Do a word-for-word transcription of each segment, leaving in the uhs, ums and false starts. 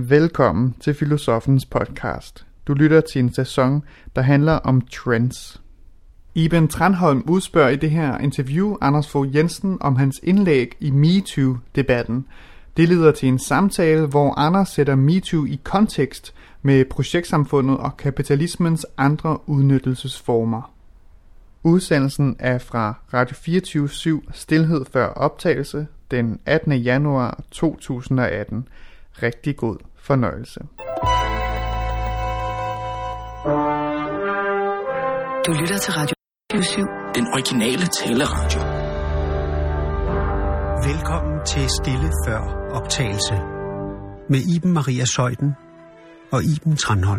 Velkommen til Filosofens podcast. Du lytter til en sæson, der handler om trends. Iben Tranholm udspørger i det her interview Anders Fogh Jensen om hans indlæg i MeToo-debatten. Det leder til en samtale, hvor Anders sætter MeToo i kontekst med projektsamfundet og kapitalismens andre udnyttelsesformer. Udsendelsen er fra Radio fireogtyve syv Stilhed før optagelse den attende januar to tusind og atten. Rigtig god fornøjelse. Du lytter til Radio fireogtyve syv. Den originale taleradio. Velkommen til Stille før optagelse med Iben Maria Zeuthen og Iben Tranholm.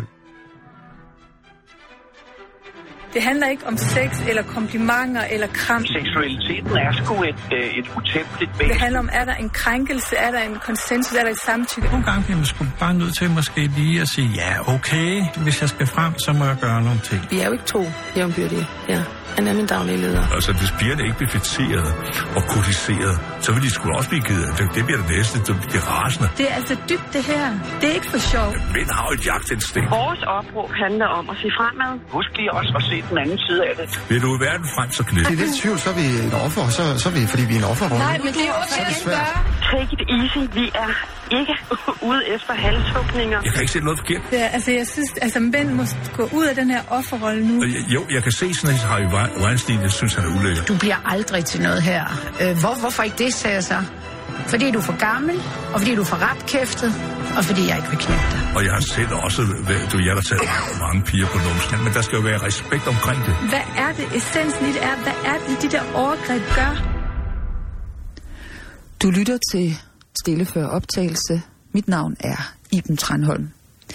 Det handler ikke om sex eller komplimenter eller kram. Seksualiteten er sgu et, øh, et utæmpeligt væsen. Det handler om, er der en krænkelse, er der en konsensus, er der et samtykke. Nogle gange bliver man sgu bare nødt til måske lige at sige, ja okay, hvis jeg skal frem, så må jeg gøre nogle ting. Vi er jo ikke to jævnbyrdige. Ja, han er min daglige leder. Altså, hvis pigerne ikke bliver fixeret og kodiseret, så vil de sgu også blive givet. Det, det bliver det næste, det bliver rasende. Det er altså dybt, det her. Det er ikke for sjov. Mænd har jo et jagtinstinkt. Vores opråb handler om at se fremad. Husk lige også at se den anden side af det. Vil du i verden frem, så knæt. Det er lidt tvivl, så er vi et offer, så, så er vi, fordi vi er en offer. Nej, men det er jo også det svært. Take it easy. Vi er ikke ude efter halshugninger. Jeg kan ikke se noget forkert. Det er, altså, jeg synes, altså mænd må gå ud af den her offerrolle nu. Jo, jeg kan se sådan, at Harvey Weinstein, jeg synes, han er ulækker. Du bliver aldrig til noget her. Øh, hvor, hvorfor ikke det, sagde jeg så? Fordi du er for gammel, og fordi du er for rapkæftet, og fordi jeg ikke vil knæppe dig. Og jeg har selv også, du jeg har taget mange piger på numsen, men der skal jo være respekt omkring det. Hvad er det, essensen i det er? Hvad er det, de der overgreb gør? Du lytter til Stille før optagelse. Mit navn er Iben Tranholm.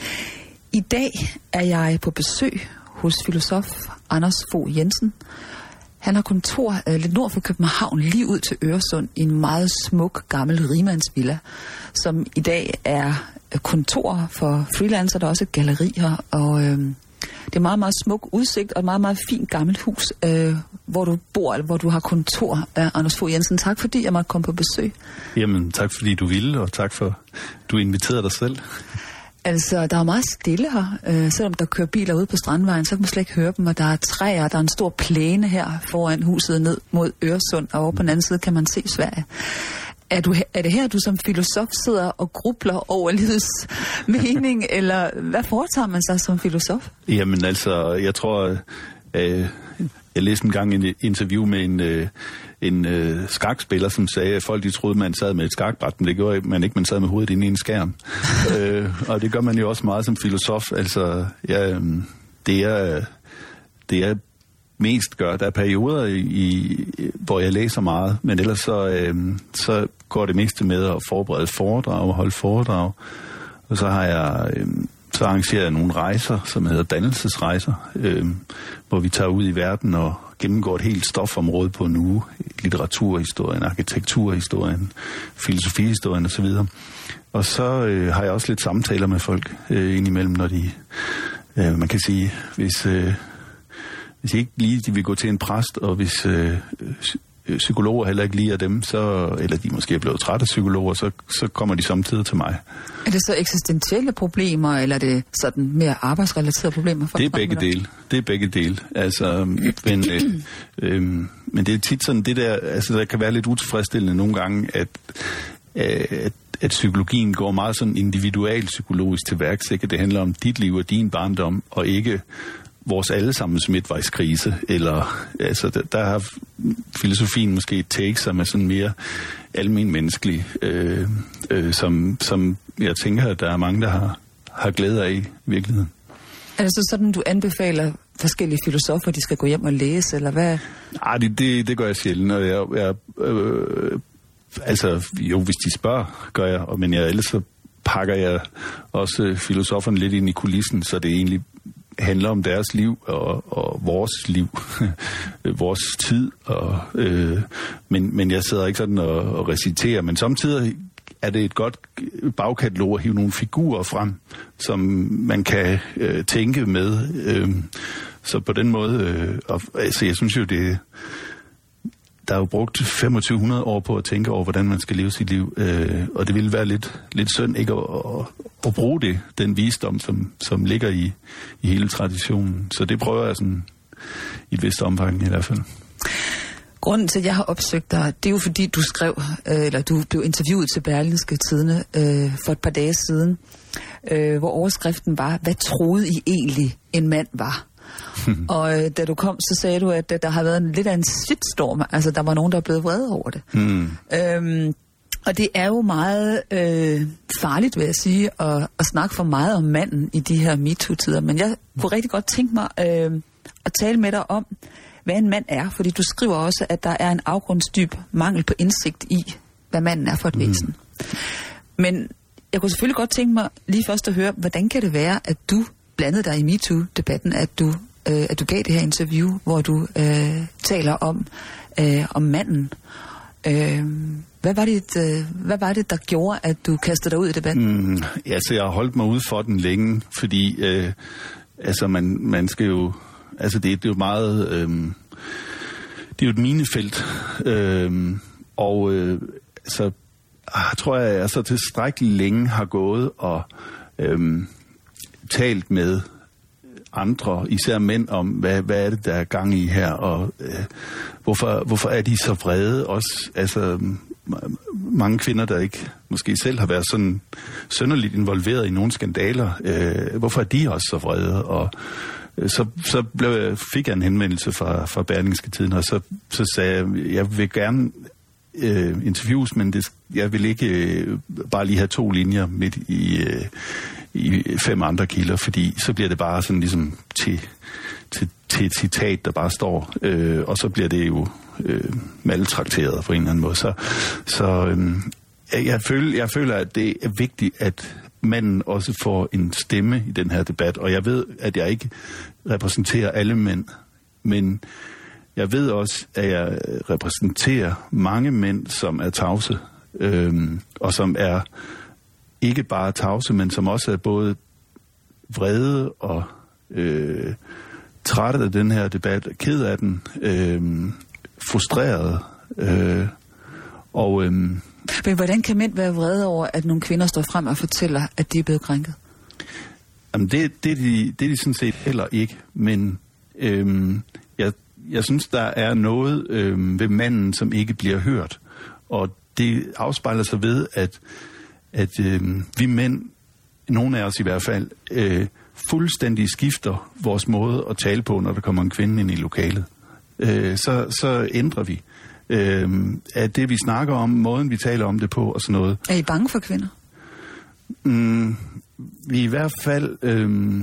I dag er jeg på besøg hos filosof Anders Fogh Jensen. Han har kontor uh, lidt nord for København, lige ud til Øresund, i en meget smuk gammel rimandsvilla, som i dag er kontor for freelancer, der er også gallerier, og øh, det er meget, meget smuk udsigt og et meget, meget fint gammelt hus, øh, hvor du bor, eller hvor du har kontor. Uh, Anders Fogh Jensen, tak fordi jeg måtte komme på besøg. Jamen, tak fordi du ville, og tak for, du inviterede dig selv. Altså, der er meget stille her. Øh, selvom der kører biler ude på Strandvejen, så kan man slet ikke høre dem, og der er træer, der er en stor plæne her foran huset ned mod Øresund, og over på den anden side kan man se Sverige. Er, du, er det her, du som filosof sidder og grubler over livets mening, eller hvad foretager man sig som filosof? Jamen altså, jeg tror, øh, jeg læste en gang en interview med en, øh, en øh, skakspiller, som sagde, at folk de troede, man sad med et skakbræt, men det gjorde man ikke, man sad med hovedet inde i en skærm. øh, og det gør man jo også meget som filosof. Altså, ja, det er, det er mest gør. Der er perioder, i, hvor jeg læser meget, men ellers så, øh, så går det meste med at forberede foredrag og holde foredrag. Og så har jeg... Øh, Så arrangerer jeg nogle rejser, som hedder dannelsesrejser, øh, hvor vi tager ud i verden og gennemgår et helt stofområde på en uge. Litteraturhistorien, arkitekturhistorien, filosofihistorien osv. Og så øh, har jeg også lidt samtaler med folk øh, indimellem, når de, øh, man kan sige, hvis, øh, hvis ikke lige de vil gå til en præst, og hvis øh, psykologer heller ikke liger dem, så, eller de måske er blevet trætte af psykologer, så, så kommer de samtidig til mig. Er det så eksistentielle problemer, eller er det sådan mere arbejdsrelaterede problemer? For det er begge dele. Det er begge dele. Altså, men, øh, øh, men det er tit sådan, det der, altså der kan være lidt utilfredsstillende nogle gange, at, at, at psykologien går meget sådan individuelt psykologisk til værks, ikke? Det handler om dit liv og din barndom, og ikke vores allesammens midtvejskrise, eller altså der, der har filosofien måske et take, som er sådan mere almen menneskelig, øh, øh, som, som jeg tænker, at der er mange, der har, har glæde af i virkeligheden. Er det så sådan, du anbefaler forskellige filosofer, de skal gå hjem og læse, eller hvad? Nej, det, det, det gør jeg sjældent, og jeg, jeg øh, altså jo, hvis de spørger, gør jeg, men jeg, ellers så pakker jeg også filosoferne lidt ind i kulissen, så det egentlig handler om deres liv og, og vores liv, vores tid. Og, øh, men, men jeg sidder ikke sådan og, og reciterer, men samtidig er det et godt bagkatalog at hive nogle figurer frem, som man kan øh, tænke med. Øh, så på den måde, øh, og, altså jeg synes jo, det der er jo brugt femogtyve hundrede år på at tænke over, hvordan man skal leve sit liv, øh, og det ville være lidt, lidt synd ikke at, at, at bruge det, den visdom, som, som ligger i, i hele traditionen. Så det prøver jeg sådan i et vist omfang i hvert fald. Grunden til, at jeg har opsøgt dig, det er jo fordi, du skrev, øh, eller du blev interviewet til Berlingske Tidende øh, for et par dage siden, øh, hvor overskriften var, hvad troede I egentlig en mand var? Og øh, da du kom, så sagde du, at, at der har været en, lidt af en shitstorm. Altså, der var nogen, der er blevet vrede over det. Mm. Øhm, og det er jo meget øh, farligt, vil jeg sige, at, at snakke for meget om manden i de her MeToo-tider. Men jeg kunne rigtig godt tænke mig øh, at tale med dig om, hvad en mand er. Fordi du skriver også, at der er en afgrundsdyb mangel på indsigt i, hvad manden er for et væsen. Mm. Men jeg kunne selvfølgelig godt tænke mig lige først at høre, hvordan kan det være, at du blandede dig i MeToo-debatten, at du, øh, at du gav det her interview, hvor du øh, taler om, øh, om manden. Øh, hvad, var det, øh, hvad var det, der gjorde, at du kastede dig ud i debatten? Mm, ja, så jeg har holdt mig ude for den længe, fordi øh, altså man, man skal jo, altså det, det er jo meget, øh, det er jo et minefelt, øh, og øh, så jeg tror jeg, jeg så tilstrækkeligt længe har gået og øh, talt med andre, især mænd, om, hvad, hvad er det, der er gang i her, og øh, hvorfor, hvorfor er de så vrede også? Altså, mange kvinder, der ikke måske selv har været sådan synderligt involveret i nogle skandaler, øh, hvorfor er de også så vrede? Og øh, så, så blev jeg, fik jeg en henvendelse fra, fra Berlingske Tidende, og så, så sagde jeg, jeg vil gerne øh, interviews, men det, jeg vil ikke øh, bare lige have to linjer midt i... Øh, i fem andre kilder, fordi så bliver det bare sådan ligesom til, til, til et citat, der bare står, øh, og så bliver det jo øh, maltrakteret på en eller anden måde. Så, så øh, jeg, føler, jeg føler, at det er vigtigt, at manden også får en stemme i den her debat, og jeg ved, at jeg ikke repræsenterer alle mænd, men jeg ved også, at jeg repræsenterer mange mænd, som er tavse, øh, og som er ikke bare tavse, men som også er både vrede og øh, trætte af den her debat, ked af den, øh, frustreret. Øh, og, øh, men hvordan kan mænd være vrede over, at nogle kvinder står frem og fortæller, at de er blevet krænket? Jamen det, det, er de, det er de sådan set heller ikke, men øh, jeg, jeg synes, der er noget øh, ved manden, som ikke bliver hørt. Og det afspejler sig ved, at at øh, vi mænd, nogle af os i hvert fald, øh, fuldstændig skifter vores måde at tale på, når der kommer en kvinde ind i lokalet. Øh, så, så ændrer vi. Øh, at det, vi snakker om, måden vi taler om det på og sådan noget. Er I bange for kvinder? Mm, vi er i hvert fald... Øh,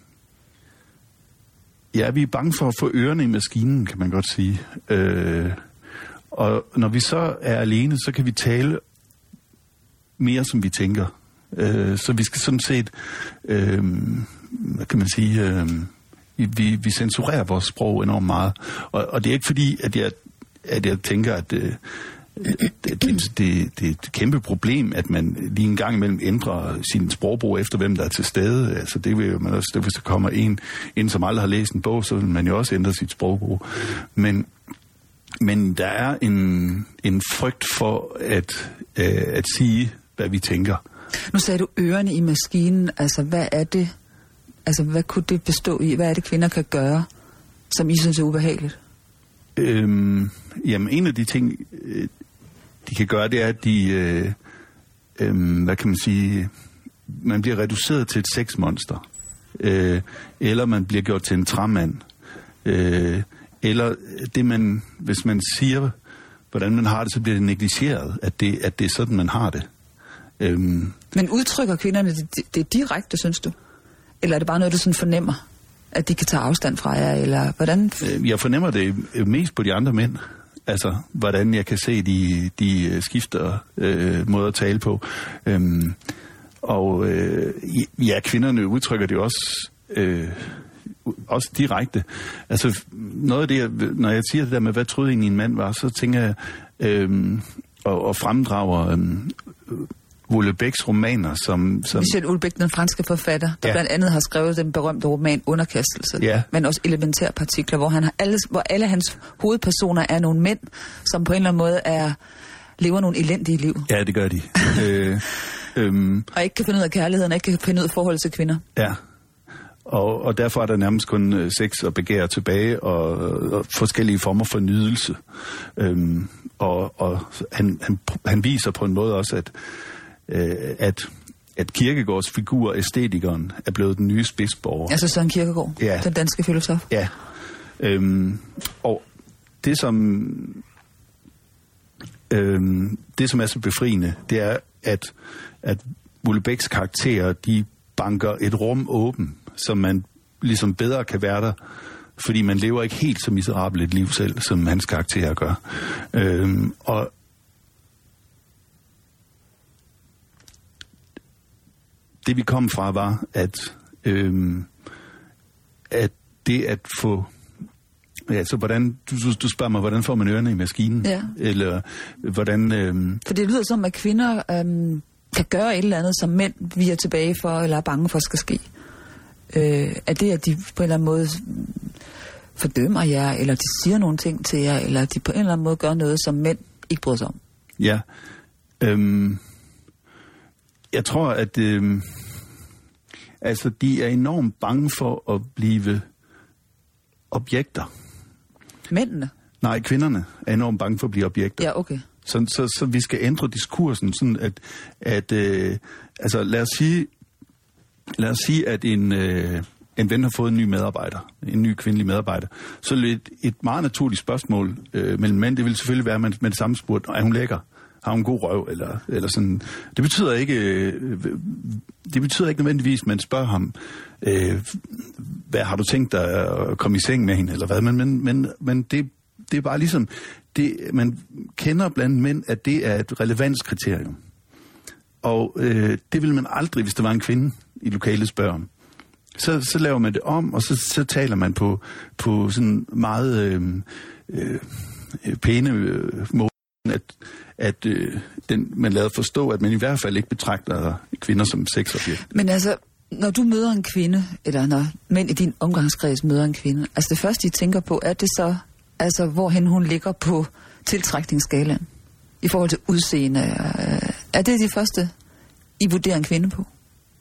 ja, vi er bange for at få ørerne i maskinen, kan man godt sige. Øh, og når vi så er alene, så kan vi tale mere, som vi tænker. Øh, så vi skal sådan set, øh, hvad kan man sige, øh, vi, vi censurerer vores sprog enormt meget. Og, og det er ikke fordi, at jeg, at jeg tænker, at øh, det, det, det, det er et kæmpe problem, at man lige en gang imellem ændrer sin sprogbrug efter, hvem der er til stede. Altså det vil jo man også, hvis der kommer en, en, som aldrig har læst en bog, så vil man jo også ændre sit sprogbrug. Men Men der er en, en frygt for at, øh, at sige, hvad vi tænker. Nu sagde du ørerne i maskinen. Altså, hvad er det? Altså, hvad kunne det bestå i? Hvad er det, kvinder kan gøre, som I synes er ubehageligt? Øhm, jamen, en af de ting, de kan gøre, det er, at de, øh, øh, hvad kan man sige, man bliver reduceret til et sexmonster. Øh, eller man bliver gjort til en træmand. Øh, Eller det man, hvis man siger, hvordan man har det, så bliver det negligeret, at det, at det er sådan, man har det. Øhm. Men udtrykker kvinderne det, det, det direkte, synes du? Eller er det bare noget, du sådan fornemmer, at de kan tage afstand fra jer, eller hvordan? Jeg fornemmer det mest på de andre mænd. Altså, hvordan jeg kan se, de, de skifter øh, måde at tale på. Øhm. Og øh, ja, kvinderne udtrykker det også... Øh, også direkte. Altså, noget af det, jeg, når jeg siger det der med, hvad troede egentlig en mand var, så tænker jeg, øhm, og, og fremdrager øhm, Houellebecqs romaner, som... som Michel Houellebecq, den franske forfatter, der ja. blandt andet har skrevet den berømte roman Underkastelse, ja. men også elementærpartikler, hvor, han har alle, hvor alle hans hovedpersoner er nogle mænd, som på en eller anden måde er, lever nogle elendige liv. Ja, det gør de. øh, øhm, og ikke kan finde ud af kærligheden, og ikke kan finde ud af forholdet til kvinder. Ja, og, og derfor er der nærmest kun øh, sex og begær tilbage, og, og forskellige former for nydelse. Øhm, og og han, han, han viser på en måde også, at At, at Kierkegaards figur, æstetikeren, er blevet den nye spidsborger. Altså Søren Kierkegaard, ja. Den danske filosof. Ja. Øhm, og det som, øhm, det, som er så befriende, det er, at, at Houellebecqs karakterer, de banker et rum åben, så man ligesom bedre kan være der, fordi man lever ikke helt så miserabelt et liv selv, som hans karakterer gør. Øhm, og det vi kom fra var, at, øhm, at det at få... Ja, så hvordan... Du, du spørger mig, hvordan får man ørerne i maskinen? Ja. Eller hvordan... Øhm, For det lyder som, at kvinder øhm, kan gøre et eller andet, som mænd vi er tilbage for, eller er bange for, skal ske. Øh, er det, at de på en eller anden måde fordømmer jer, eller de siger nogle ting til jer, eller de på en eller anden måde gør noget, som mænd ikke bryder sig om? Ja. Øhm, jeg tror, at øhm, altså, de er enormt bange for at blive objekter. Mændene? Nej, kvinderne er enormt bange for at blive objekter. Ja, okay. Så, så, så vi skal ændre diskursen, sådan at, at øh, altså lad os sige, lad os sige, at en, øh, en ven har fået en ny medarbejder, en ny kvindelig medarbejder. Så et, et meget naturligt spørgsmål øh, mellem mænd, det vil selvfølgelig være, med, med det samme spurgt, er hun lækker? Har hun en god røv? Eller, eller sådan. Det betyder ikke, øh, det betyder ikke nødvendigvis, at man spørger ham, øh, hvad har du tænkt dig at komme i seng med hende, eller hvad? Men, men, men, men det, det er bare ligesom, det, man kender blandt mænd, at det er et relevanskriterium. Og øh, det vil man aldrig, hvis der var en kvinde i lokalet, spørge om. Så, så laver man det om, og så, så taler man på, på sådan meget øh, øh, pæne øh, måde, at, at øh, den, man lader forstå, at man i hvert fald ikke betragter kvinder som sexobjekt. Men altså, når du møder en kvinde, eller når mænd i din omgangskreds møder en kvinde, altså det første, de tænker på, er det så, altså hvorhen hun ligger på tiltrækningsskalaen i forhold til udseende? Er det de første, I vurderer en kvinde på?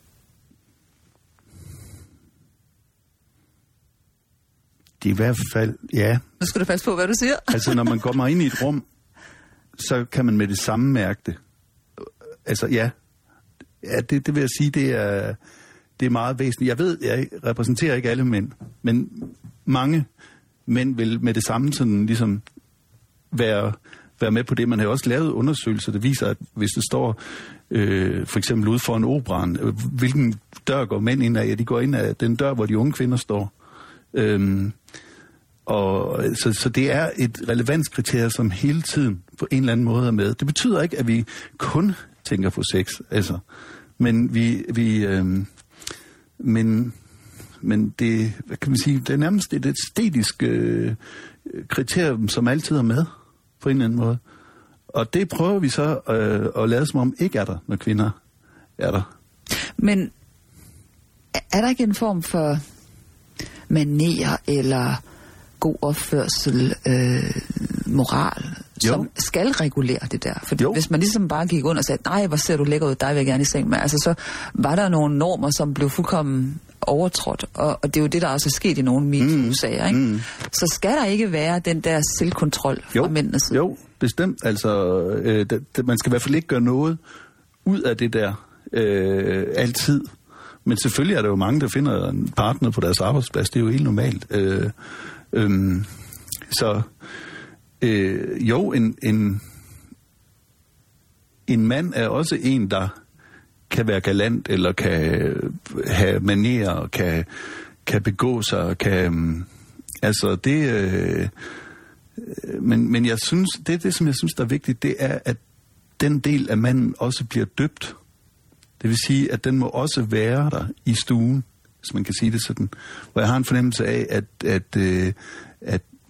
Det er i hvert fald, ja. Nu skal du passe på, hvad du siger. Altså, når man kommer ind i et rum, så kan man med det samme mærke det. Altså, ja. Ja, det, det vil jeg sige, det er, det er meget væsentligt. Jeg ved, jeg repræsenterer ikke alle mænd, men mange mænd vil med det samme sådan ligesom være, være med på det. Man har jo også lavet undersøgelser, der viser, at hvis det står øh, for eksempel ude foran operan, øh, hvilken dør går mænd ind af? Ja, de går ind af den dør, hvor de unge kvinder står. Øhm, og så, så det er et relevanskriterie, som hele tiden på en eller anden måde er med. Det betyder ikke, at vi kun tænker på sex, altså, men vi, vi øhm, men, men det, hvad kan man sige, det er nærmest et æstetisk øh, kriterium, som altid er med på en eller anden måde. Og det prøver vi så øh, at lade som om ikke er der, når kvinder er der. Men er der ikke en form for manér eller god opførsel, øh, moral, jo, som skal regulere det der? For hvis man ligesom bare gik under og sagde, nej, hvor ser du lækker ud, dig vil jeg gerne i seng med, altså så var der nogle normer, som blev fuldkommen overtrådt, og, og det er jo det, der også er sket i nogle MeToo-sager, ikke? Mm. Så skal der ikke være den der selvkontrol fra mændenes side? Jo, bestemt. Altså, øh, det, det, man skal i hvert fald ikke gøre noget ud af det der øh, altid. Men selvfølgelig er der jo mange, der finder en partner på deres arbejdsplads. Det er jo helt normalt. Øh, øh, så øh, jo, en, en, en mand er også en, der kan være galant, eller kan have manerer, kan, kan begå sig, kan... Altså, det... Øh, men, men jeg synes, det, det, som jeg synes, der er vigtigt, det er, at den del af manden også bliver døbt. Det vil sige, at den må også være der i stuen, hvis man kan sige det sådan. Hvor jeg har en fornemmelse af, at, at, øh, at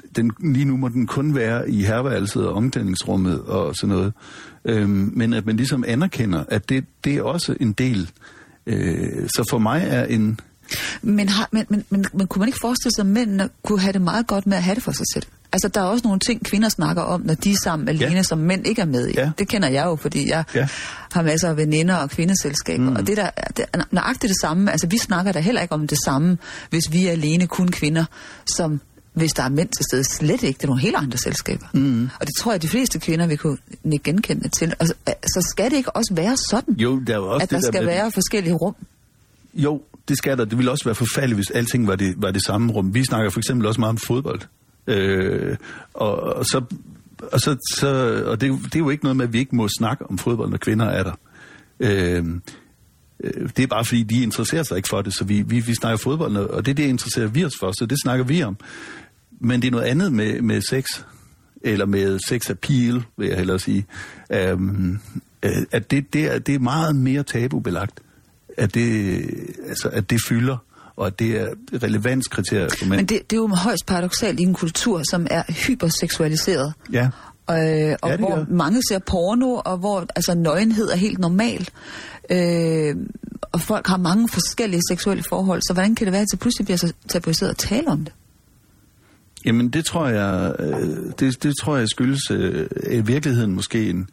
den, lige nu må den kun være i herværelset og omklædningsrummet og sådan noget. Øhm, men at man ligesom anerkender, at det, det er også en del. Øh, så for mig er en... Men, har, men, men, men, men kunne man ikke forestille sig, at mændene kunne have det meget godt med at have det for sig selv? Altså, der er også nogle ting, kvinder snakker om, når de er sammen alene, ja. Som mænd ikke er med i. Ja. Det kender jeg jo, fordi jeg ja. har masser af veninder og kvindeselskaber. Mm. Og det, der, det er nøjagtigt det samme. Altså, vi snakker da heller ikke om det samme, hvis vi er alene kun kvinder, som hvis der er mænd til stede. Slet ikke. Det er nogle helt andre selskaber. Mm. Og det tror jeg, at de fleste kvinder vil kunne genkende til. Og så, så skal det ikke også være sådan, jo, der er også at der det, skal der være forskellige rum? Jo, det skal der. Det ville også være forfærdeligt, hvis alting var det, var det samme rum. Vi snakker for eksempel også meget om fodbold. Øh, og, og så og så, så og det, det er jo ikke noget med, at vi ikke må snakke om fodbold, når kvinder er der. Øh, det er bare fordi, de interesserer sig ikke for det, så vi, vi, vi snakker fodbold, og det er det, interesserer vi os for, så det snakker vi om. Men det er noget andet med, med sex, eller med sex appeal, vil jeg hellere sige. Øh, at det, det, er, det er meget mere tabubelagt, at det, altså, at det fylder, og at det er relevanskriterier for mænd. Men det, det er jo højst paradoksalt i en kultur, som er hyperseksualiseret. Ja. Øh, og ja, hvor er. mange ser porno, og hvor altså, nøgenhed er helt normal. Øh, og folk har mange forskellige seksuelle forhold, så hvordan kan det være, at det pludselig bliver så tabuiseret at tale om det? Jamen det tror jeg, det, det tror jeg skyldes øh, i virkeligheden måske en,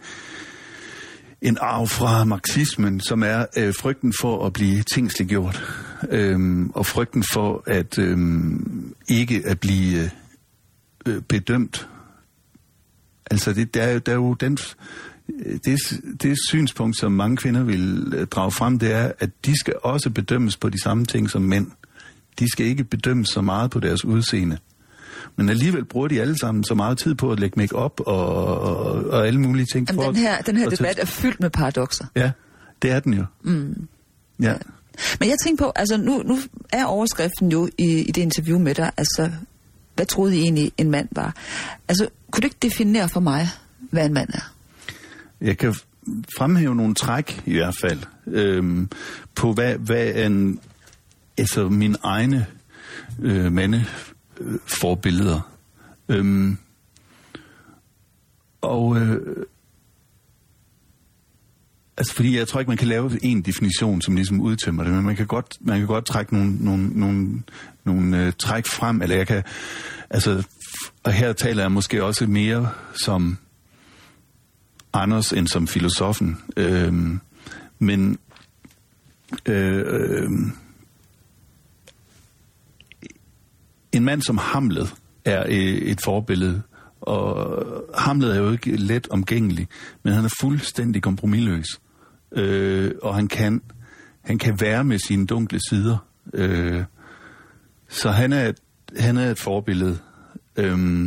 en arv fra marxismen, som er øh, frygten for at blive tingsliggjort. Øhm, og frygten for at øhm, ikke at blive øh, bedømt. Altså det, der, er, der er jo den, det, det synspunkt, som mange kvinder vil øh, drage frem, det er, at de skal også bedømmes på de samme ting som mænd. De skal ikke bedømmes så meget på deres udseende. Men alligevel bruger de alle sammen så meget tid på at lægge make-up og, og, og alle mulige ting. Jamen, for den her, den her at, debat er fyldt med paradokser. Ja, det er den jo. Mm. Ja. Ja. Men jeg tænker på, altså nu, nu er overskriften jo i, i det interview med dig, altså, hvad troede I egentlig en mand var? Altså, kunne du ikke definere for mig, hvad en mand er? Jeg kan fremhæve nogle træk i hvert fald, øhm, på hvad, hvad en, altså mine egne øh, mandeforbilleder. Øhm, og øh, altså, fordi jeg tror ikke, man kan lave en definition, som ligesom udtømmer det, men man kan godt, man kan godt trække nogle, nogle, nogle, nogle øh, træk frem, eller jeg kan, altså, og her taler jeg måske også mere som Anders end som filosofen, øhm, men øh, en mand som Hamlet er et forbillede, og Hamlet er jo ikke let omgængelig, men han er fuldstændig kompromisløs. Øh, og han kan, han kan være med sine dunkle sider. Øh, så han er, et, han er et forbillede. Øh,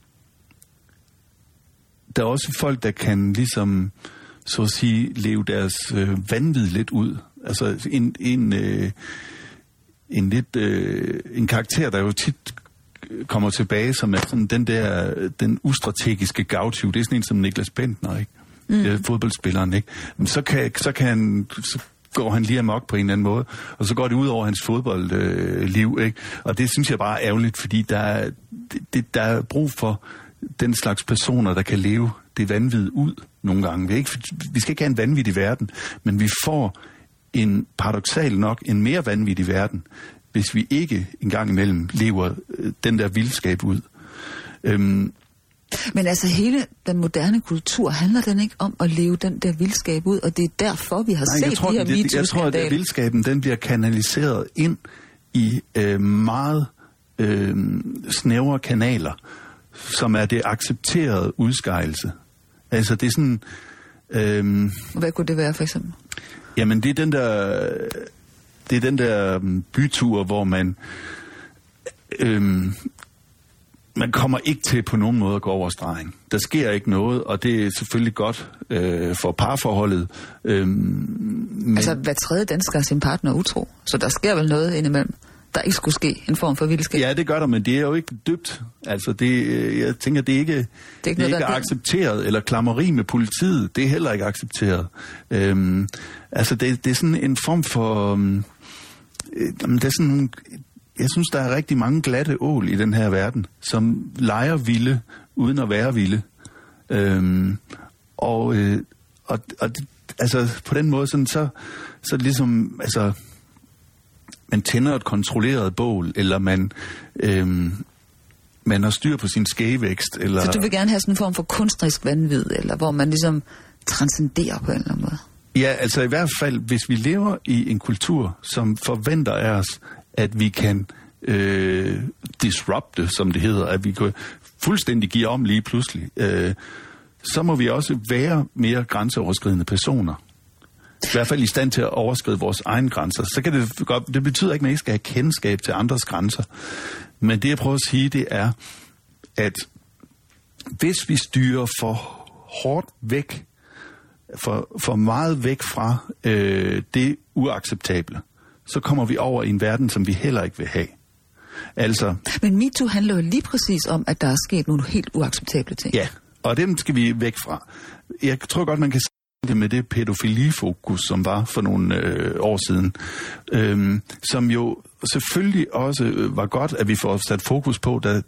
der er også folk, der kan ligesom, så at sige, leve deres øh, vanvid lidt ud. Altså en, en, øh, en lidt, øh, en karakter, der jo tit kommer tilbage, som er sådan den der, den ustrategiske gavtyv. Det er sådan en som Niklas Bentner, ikke? Mm. Fodboldspilleren, ikke? Men så kan, så kan han, så går han lige amok på en eller anden måde, og så går det ud over hans fodboldliv, øh, ikke? Og det synes jeg bare er ærgerligt, fordi der er, det, der er brug for den slags personer, der kan leve det vanvid ud nogle gange. Vi, ikke, vi skal ikke have en vanvittig verden, men vi får en paradoksal nok en mere vanvittig verden, hvis vi ikke engang imellem lever øh, den der vildskab ud. Øhm, Men altså hele den moderne kultur, handler den ikke om at leve den der vildskab ud, og det er derfor, vi har nej, set tror, de her MeToo-skandaler. Jeg tror, at vildskaben, den bliver kanaliseret ind i øh, meget øh, snævre kanaler, som er det accepterede udskejelse. Altså det er sådan... Øh, Hvad kunne det være for eksempel? Jamen det er den der... Det er den der bytur, hvor man... Øh, man kommer ikke til på nogen måde at gå over stregen. Der sker ikke noget, og det er selvfølgelig godt øh, for parforholdet. Øh, men... Altså, hver tredje dansker er sin partner utro, så der sker vel noget indimellem, der ikke skulle ske, en form for vildskab. Ja, det gør der, men det er jo ikke dybt. Altså, det, jeg tænker, det er ikke, det er ikke, det er ikke accepteret, eller klammeri med politiet, det er heller ikke accepteret. Øh, altså, det, det er sådan en form for... Øh, det er sådan jeg synes, der er rigtig mange glatte ål i den her verden, som leger vilde, uden at være vilde. Øhm, og, øh, og, og altså, på den måde, sådan, så, så ligesom, altså, man tænder et kontrolleret bål, eller man, øhm, man har styr på sin skægevækst. Eller... Så du vil gerne have sådan en form for kunstnerisk vanvid, eller hvor man ligesom transcenderer på en eller anden måde? Ja, altså i hvert fald, hvis vi lever i en kultur, som forventer af os, at vi kan øh, disrupte, som det hedder, at vi kan fuldstændig give om lige pludselig, øh, så må vi også være mere grænseoverskridende personer. I hvert fald i stand til at overskride vores egne grænser. Så kan det godt, det betyder ikke, at man ikke skal have kendskab til andres grænser. Men det, jeg prøver at sige, det er, at hvis vi styrer for hårdt væk, for, for meget væk fra øh, det uacceptable, så kommer vi over i en verden, som vi heller ikke vil have. Altså, men MeToo handler jo lige præcis om, at der er sket nogle helt uacceptable ting. Ja, og dem skal vi væk fra. Jeg tror godt, man kan se det med det pædofilifokus, som var for nogle øh, år siden, øhm, som jo selvfølgelig også øh, var godt, at vi får sat fokus på, at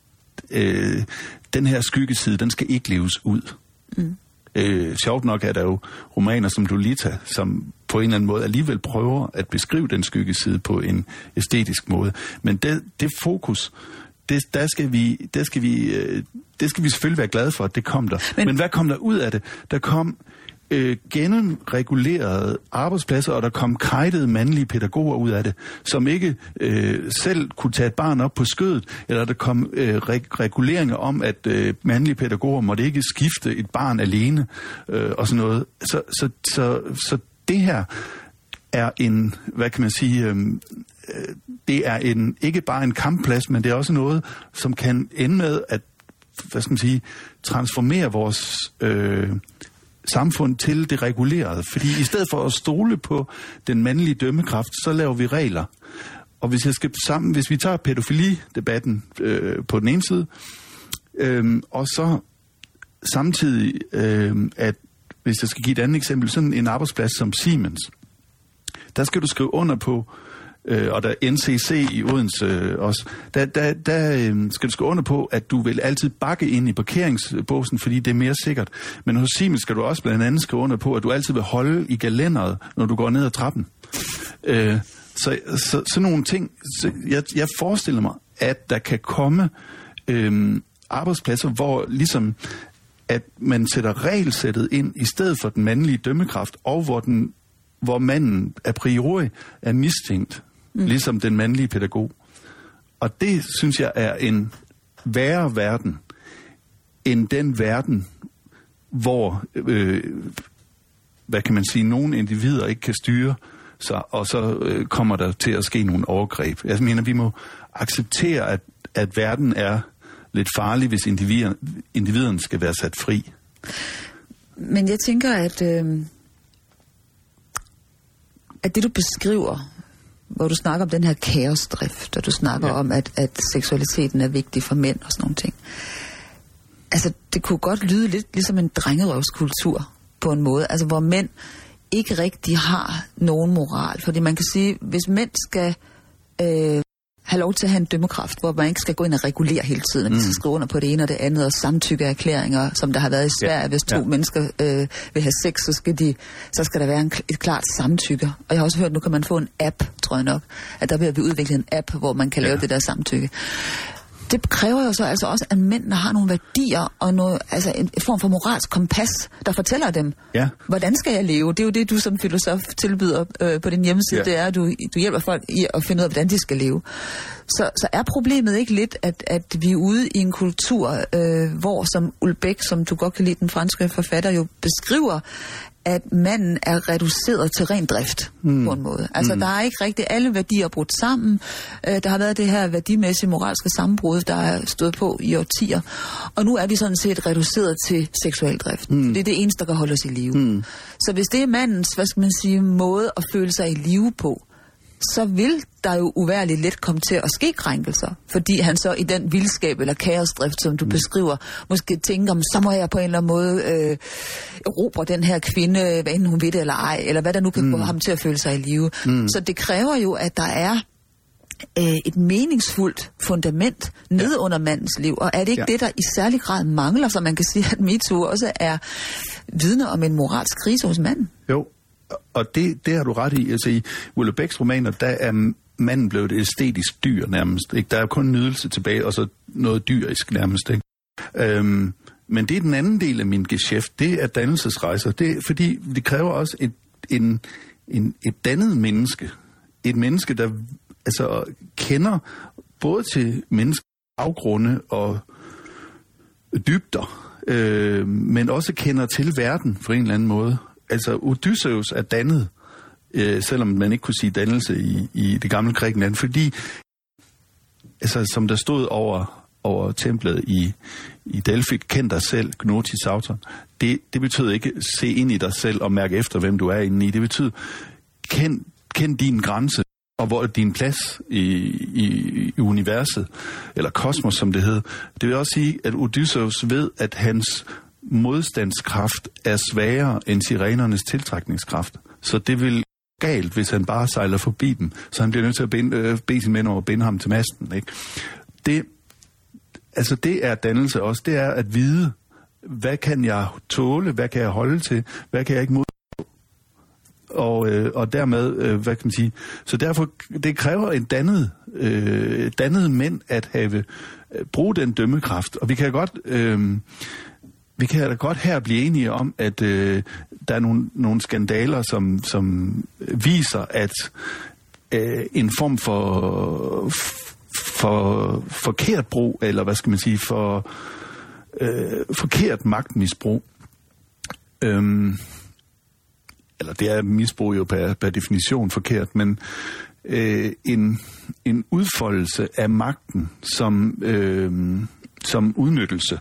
øh, den her skyggeside, den skal ikke leves ud. Mm. Øh, sjovt nok er der jo romaner som Lolita, som på en eller anden måde alligevel prøver at beskrive den skyggeside på en æstetisk måde. Men det, det fokus, det, der skal vi, der skal vi, øh, det skal vi selvfølgelig være glade for, at det kom der. Men, Men hvad kom der ud af det? Der kom øh, gennemregulerede arbejdspladser, og der kom kejtede mandlige pædagoger ud af det, som ikke øh, selv kunne tage et barn op på skødet, eller der kom øh, reg- reguleringer om, at øh, mandlige pædagoger måtte ikke skifte et barn alene, øh, og sådan noget. Så, så, så, så det her er en, hvad kan man sige, øh, det er en, ikke bare en kampplads, men det er også noget, som kan ende med at, hvad skal man sige, transformere vores øh, samfund til det regulerede. Fordi i stedet for at stole på den mandlige dømmekraft, så laver vi regler. Og hvis jeg skal sammen, hvis vi tager pædofili-debatten øh, på den ene side, øh, og så samtidig, øh, at hvis jeg skal give et andet eksempel, sådan en arbejdsplads som Siemens, der skal du skrive under på, øh, og der er N C C i Odense øh, også, der, der, der øh, skal du skrive under på, at du vil altid bakke ind i parkeringsbåsen, fordi det er mere sikkert. Men hos Siemens skal du også blandt andet skrive under på, at du altid vil holde i gelænderet, når du går ned ad trappen. Øh, så, så sådan nogle ting, så jeg, jeg forestiller mig, at der kan komme øh, arbejdspladser, hvor ligesom at man sætter regelsættet ind i stedet for den mandlige dømmekraft, og hvor, den, hvor manden a priori er mistænkt, mm. ligesom den mandlige pædagog. Og det, synes jeg, er en værre verden, end den verden, hvor, øh, hvad kan man sige, nogle individer ikke kan styre sig, og så øh, kommer der til at ske nogle overgreb. Jeg mener, vi må acceptere, at, at verden er lidt farlig, hvis individer, individerne skal være sat fri. Men jeg tænker, at, øh, at det du beskriver, hvor du snakker om den her kaosdrift, og du snakker ja. om, at, at seksualiteten er vigtig for mænd og sådan nogle ting. Altså, det kunne godt lyde lidt ligesom en drengerøvskultur på en måde, altså hvor mænd ikke rigtig har nogen moral. Fordi man kan sige, hvis mænd skal øh, have lov til at have en dømmekraft, hvor man ikke skal gå ind og regulere hele tiden, at vi skal skrive under på det ene og det andet, og samtykkeerklæringer, som der har været i Sverige, ja. hvis to ja. mennesker øh, vil have sex, så skal, de, så skal der være en, et klart samtykke. Og jeg har også hørt, at nu kan man få en app, tror jeg nok, at der vil vi udvikle en app, hvor man kan ja. lave det der samtykke. Det kræver jo så altså også, at mændene har nogle værdier og noget, altså en, en form for moralsk kompas, der fortæller dem, ja. hvordan skal jeg leve? Det er jo det, du som filosof tilbyder øh, på din hjemmeside, ja. det er, at du, du hjælper folk i at finde ud af, hvordan de skal leve. Så, så er problemet ikke lidt, at, at vi er ude i en kultur, øh, hvor som Ulbæk, som du godt kan lide, den franske forfatter, jo beskriver, at manden er reduceret til ren drift mm. på en måde. Altså, mm. der er ikke rigtig alle værdier brudt sammen. Uh, der har været det her værdimæssige moralske sammenbrud, der er stået på i årtier. Og nu er vi sådan set reduceret til seksuel drift. Mm. Det er det eneste, der kan holde os i live. Mm. Så hvis det er mandens, hvad skal man sige, måde at føle sig i live på, så vil der jo uværligt let komme til at ske krænkelser, fordi han så i den vildskab eller kaosdrift, som du mm. beskriver, måske tænker, så må jeg på en eller anden måde øh, erobre den her kvinde, hvad enten hun ved det eller ej, eller hvad der nu kan mm. få ham til at føle sig i live. Mm. Så det kræver jo, at der er øh, et meningsfuldt fundament nede ja. under mandens liv. Og er det ikke ja. det, der i særlig grad mangler, så man kan sige, at MeToo også er vidner om en moralsk krise hos manden? Jo, og det, det har du ret i. Altså i Willow Becks romaner, der er manden blevet et æstetisk dyr nærmest. Ikke? Der er kun nydelse tilbage, og så noget dyrisk nærmest. Ikke? Øhm, men det er den anden del af min geschæft, det er dannelsesrejser. Det er, fordi det kræver også et, en, en, et dannet menneske. Et menneske, der altså kender både til menneskets afgrunde og dybder, øh, men også kender til verden på en eller anden måde. Altså Odysseus er dannet, øh, selvom man ikke kunne sige dannelse i, i det gamle Grækenland, fordi, altså som der stod over, over templet i, i Delphi, kend dig selv, gnotis auton. Det, det betyder ikke se ind i dig selv og mærke efter, hvem du er inde i. Det betyder, kend, kend din grænse, og hvor er din plads i, i, i universet, eller kosmos, som det hedder. Det vil også sige, at Odysseus ved, at hans modstandskraft er svagere end sirenernes tiltrækningskraft. Så det vil galt, hvis han bare sejler forbi dem. Så han bliver nødt til at binde, øh, bede sine mænd over at binde ham til masten. Ikke? Det, altså det er dannelse også. Det er at vide, hvad kan jeg tåle, hvad kan jeg holde til, hvad kan jeg ikke mod. Og, øh, og dermed, øh, hvad kan man sige, så derfor, det kræver en dannet, øh, dannet mænd at have, øh, bruge den dømmekraft. Og vi kan godt, øh, vi kan da godt her blive enige om, at øh, der er nogle, nogle skandaler, som, som viser, at øh, en form for, for forkert brug, eller hvad skal man sige, for øh, forkert magtmisbrug, øh, eller det er misbrug jo per, per definition forkert, men øh, en, en udfoldelse af magten som, øh, som udnyttelse,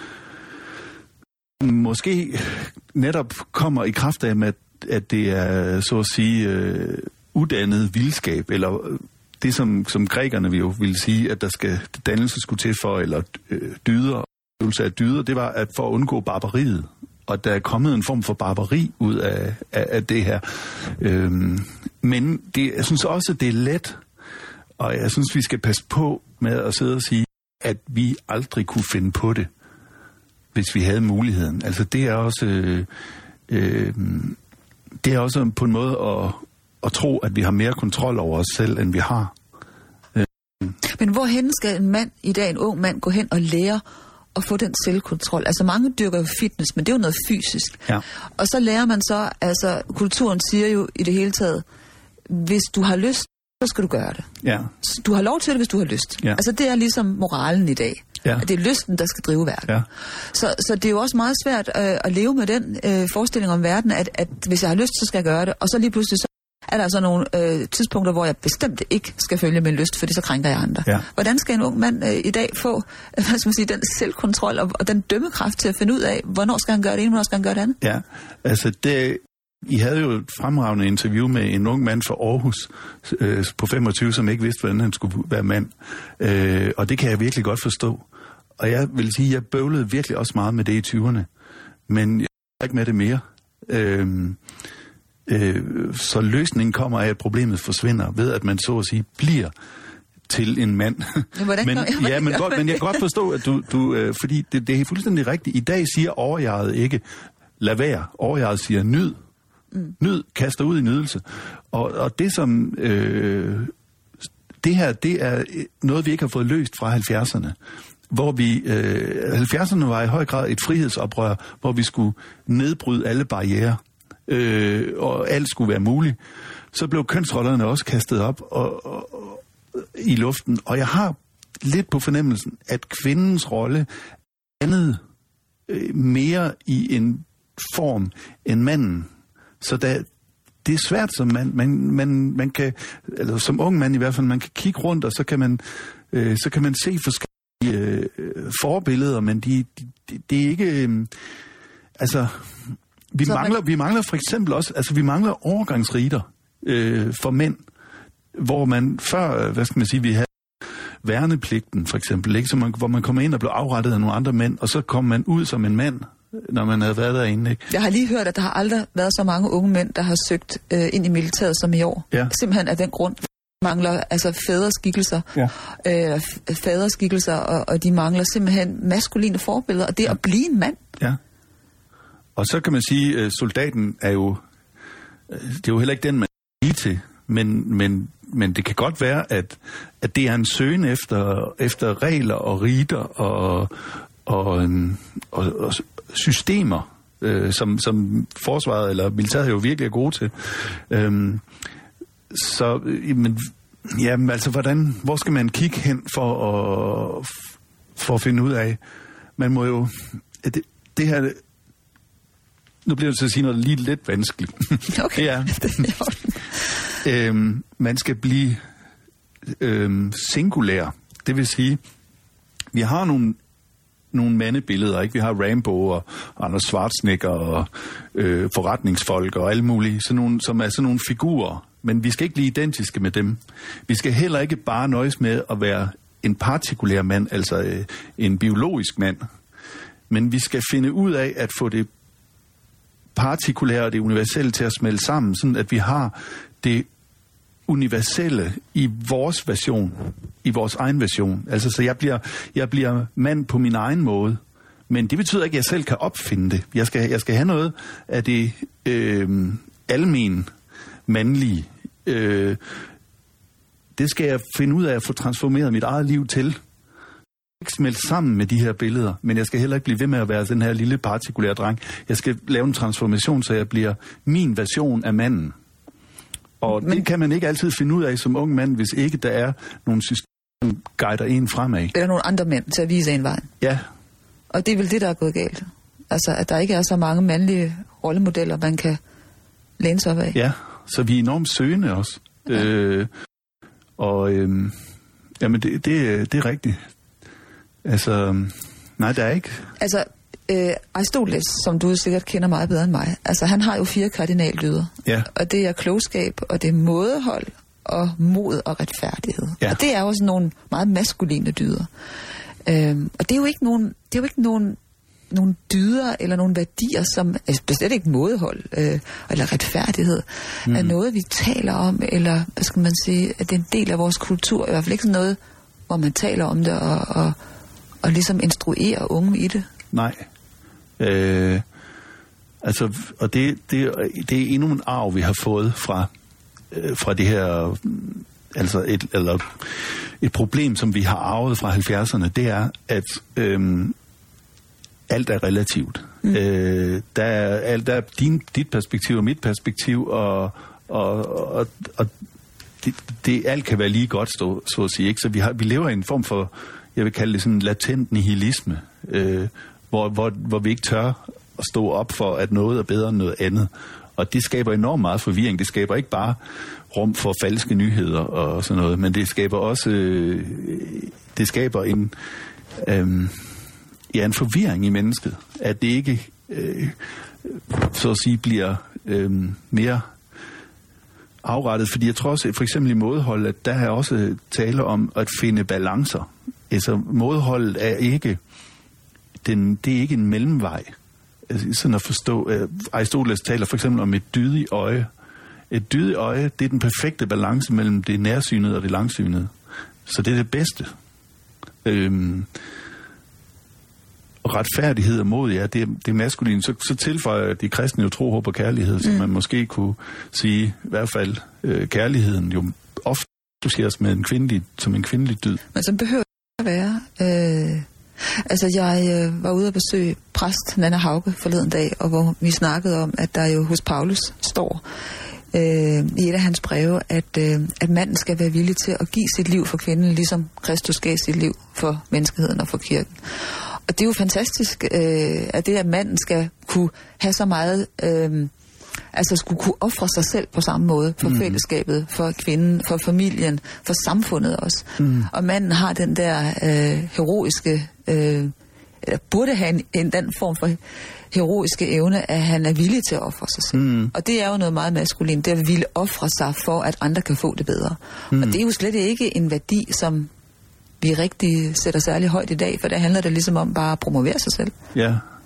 måske netop kommer i kraft af, at, at det er, så at sige, øh, uddannet vildskab, eller det, som, som grækerne jo ville sige, at der skal dannelse skulle til for, eller øh, dyder, øvelse af dyder, det var at for at undgå barbariet. Og der er kommet en form for barbari ud af, af, af det her. Øhm, men det, jeg synes også, det er let, og jeg synes, vi skal passe på med at sidde og sige, at vi aldrig kunne finde på det, hvis vi havde muligheden. Altså det er også, øh, øh, det er også på en måde at, at tro, at vi har mere kontrol over os selv, end vi har. Øh. Men hvorhen skal en mand, i dag en ung mand, gå hen og lære og få den selvkontrol? Altså mange dyrker jo fitness, men det er jo noget fysisk. Ja. Og så lærer man så, altså kulturen siger jo i det hele taget, hvis du har lyst, så skal du gøre det. Ja. Du har lov til det, hvis du har lyst. Ja. Altså det er ligesom moralen i dag. Ja. At det er lysten, der skal drive verden. Ja. Så, så det er jo også meget svært øh, at leve med den øh, forestilling om verden, at, at hvis jeg har lyst, så skal jeg gøre det. Og så lige pludselig så er der altså nogle øh, tidspunkter, hvor jeg bestemt ikke skal følge min lyst, fordi så krænker jeg andre. Ja. Hvordan skal en ung mand øh, i dag få hvad skal man sige, den selvkontrol og, og den dømmekraft til at finde ud af, hvornår skal han gøre det ene, hvornår skal han gøre det andet? Ja, altså det... I havde jo et fremragende interview med en ung mand fra Aarhus øh, på femogtyve, som ikke vidste, hvordan han skulle være mand. Øh, og det kan jeg virkelig godt forstå. Og jeg vil sige, at jeg bøvlede virkelig også meget med det i tyverne. Men jeg er ikke med det mere. Øh, øh, så løsningen kommer af, at problemet forsvinder ved, at man så at sige bliver til en mand. Hvordan men, ja, ja, men, godt, men jeg kan godt forstå, at du... du øh, fordi det, det er fuldstændig rigtigt. I dag siger overjeget ikke, lad være. Overjeget siger, nyd. Mm. Nyd, kaster ud i nydelse. Og, og det som... Øh, det her, det er noget, vi ikke har fået løst fra halvfjerdserne. Hvor vi... Øh, halvfjerdserne var i høj grad et frihedsoprør, hvor vi skulle nedbryde alle barrierer. Øh, og alt skulle være muligt. Så blev kønsrollerne også kastet op og, og, og, i luften. Og jeg har lidt på fornemmelsen, at kvindens rolle er andet øh, mere i en form end manden. Så der, det er svært som mand. Man, man, man kan, eller som ung mand i hvert fald, man kan kigge rundt, og så kan man, øh, så kan man se forskellige øh, forbilleder, men de, de, de er ikke... Øh, altså, vi mangler, man... vi mangler for eksempel også, altså vi mangler overgangsriter øh, for mænd, hvor man før, hvad skal man sige, vi havde værnepligten for eksempel, ikke? Så man, hvor man kommer ind og blev afrettet af nogle andre mænd, og så kom man ud som en mand, når man havde været derinde, ikke? Jeg har lige hørt, at der har aldrig været så mange unge mænd, der har søgt øh, ind i militæret som i år. Ja. Simpelthen af den grund, mangler altså faderskikkelser, ja. øh, faderskikkelser, og, og de mangler simpelthen maskuline forbilleder, og det ja. At blive en mand. Ja. Og så kan man sige, at soldaten er jo, det er jo heller ikke den, man er lige til, men, men, men det kan godt være, at, at det er en søgen efter, efter regler og riter og, og, og, og systemer, øh, som, som forsvaret eller militæret jo virkelig er gode til. Øhm, så, men, jamen altså, hvordan, hvor skal man kigge hen for at, for at finde ud af, man må jo, det, det her, nu bliver det til at sige noget lige lidt vanskeligt. Okay. Ja. øhm, man skal blive øhm, singulær. Det vil sige, vi har nogle, nogle mandebilleder, ikke? Vi har Rambo og Arnold Schwarzenegger og øh, forretningsfolk og alle mulige, sådan nogle, som er sådan nogle figurer. Men vi skal ikke blive identiske med dem. Vi skal heller ikke bare nøjes med at være en partikulær mand, altså øh, en biologisk mand. Men vi skal finde ud af at få det partikulære og det universelle til at smelte sammen, sådan at vi har det universelle i vores version, i vores egen version. Altså, så jeg bliver, jeg bliver mand på min egen måde, men det betyder ikke, at jeg selv kan opfinde det. Jeg skal, jeg skal have noget af det øh, almen mandlige. Øh, det skal jeg finde ud af at få transformeret mit eget liv til. Ikke smelte sammen med de her billeder, men jeg skal heller ikke blive ved med at være den her lille partikulære dreng. Jeg skal lave en transformation, så jeg bliver min version af manden. Og men, det kan man ikke altid finde ud af som ung mand, hvis ikke der er nogle systemer, som guider en fremad. Eller nogle andre mænd til at vise en vej. Ja. Og det er vel det, der er gået galt. Altså, at der ikke er så mange mandlige rollemodeller, man kan læne sig op af. Ja, så vi er enormt søgende også. Ja. Øh, og øh, jamen, det, det, det er rigtigt. Altså, nej, der er ikke. Altså, øh, Aristoteles, som du sikkert kender meget bedre end mig, altså han har jo fire kardinaldyder. Ja. Og det er klogskab, og det er mådehold, og mod og retfærdighed. Ja. Og det er også nogle meget maskuline dyder. Øhm, og det er jo ikke nogen, det er jo ikke nogen, nogen dyder eller nogle værdier, som altså, bestemt ikke mådehold øh, eller retfærdighed, mm. er noget, vi taler om, eller hvad skal man sige, at det er en del af vores kultur. I hvert fald ikke sådan noget, hvor man taler om det og, og, og ligesom instruerer unge i det. Nej. Øh, altså, og det, det, det er endnu en arv, vi har fået fra, øh, fra det her, altså et, eller et problem, som vi har arvet fra halvfjerdserne, det er, at øh, alt er relativt. Mm. Øh, der er, alt, der er din, dit perspektiv og mit perspektiv, og, og, og, og det, det, alt kan være lige godt, stå, så at sige. Ikke? Så vi, har, vi lever i en form for, jeg vil kalde det sådan latent nihilisme, øh, hvor, hvor, hvor vi ikke tør at stå op for, at noget er bedre end noget andet. Og det skaber enormt meget forvirring. Det skaber ikke bare rum for falske nyheder og sådan noget, men det skaber også, øh, det skaber en, øh, ja, en forvirring i mennesket, at det ikke, øh, så at sige, bliver øh, mere afrettet. Fordi jeg tror også, for eksempel i mådehold, at der er også tale om at finde balancer. Altså, mådeholdet er ikke, den, det er ikke en mellemvej. Altså, sådan at forstå, uh, Aristoteles taler for eksempel om et dydigt øje. Et dydigt øje, det er den perfekte balance mellem det nærsynede og det langsynede. Så det er det bedste. Øhm, og retfærdighed og mod, ja, det, det er maskulin. Så, så tilføjer de kristne jo tro, håb og kærlighed, så mm. man måske kunne sige, i hvert fald øh, kærligheden jo ofte associeres med en kvindelig, som en kvindelig dyd. Men så behøver det at være. Øh, altså, jeg øh, var ude at besøge præst Nanna Hauge forleden dag, og hvor vi snakkede om, at der jo hos Paulus står øh, i et af hans breve, at, øh, at manden skal være villig til at give sit liv for kvinden, ligesom Kristus gav sit liv for menneskeheden og for kirken. Og det er jo fantastisk, øh, at det, at manden skal kunne have så meget, øh, altså skulle kunne ofre sig selv på samme måde for mm. fællesskabet, for kvinden, for familien, for samfundet også. Mm. Og manden har den der øh, heroiske, øh, eller burde have en, en den form for heroiske evne, at han er villig til at ofre sig selv. Mm. Og det er jo noget meget maskulin, det at ville ofre sig for, at andre kan få det bedre. Mm. Og det er jo slet ikke en værdi, som vi rigtig sætter særlig højt i dag, for der handler det ligesom om bare at promovere sig selv. Ja,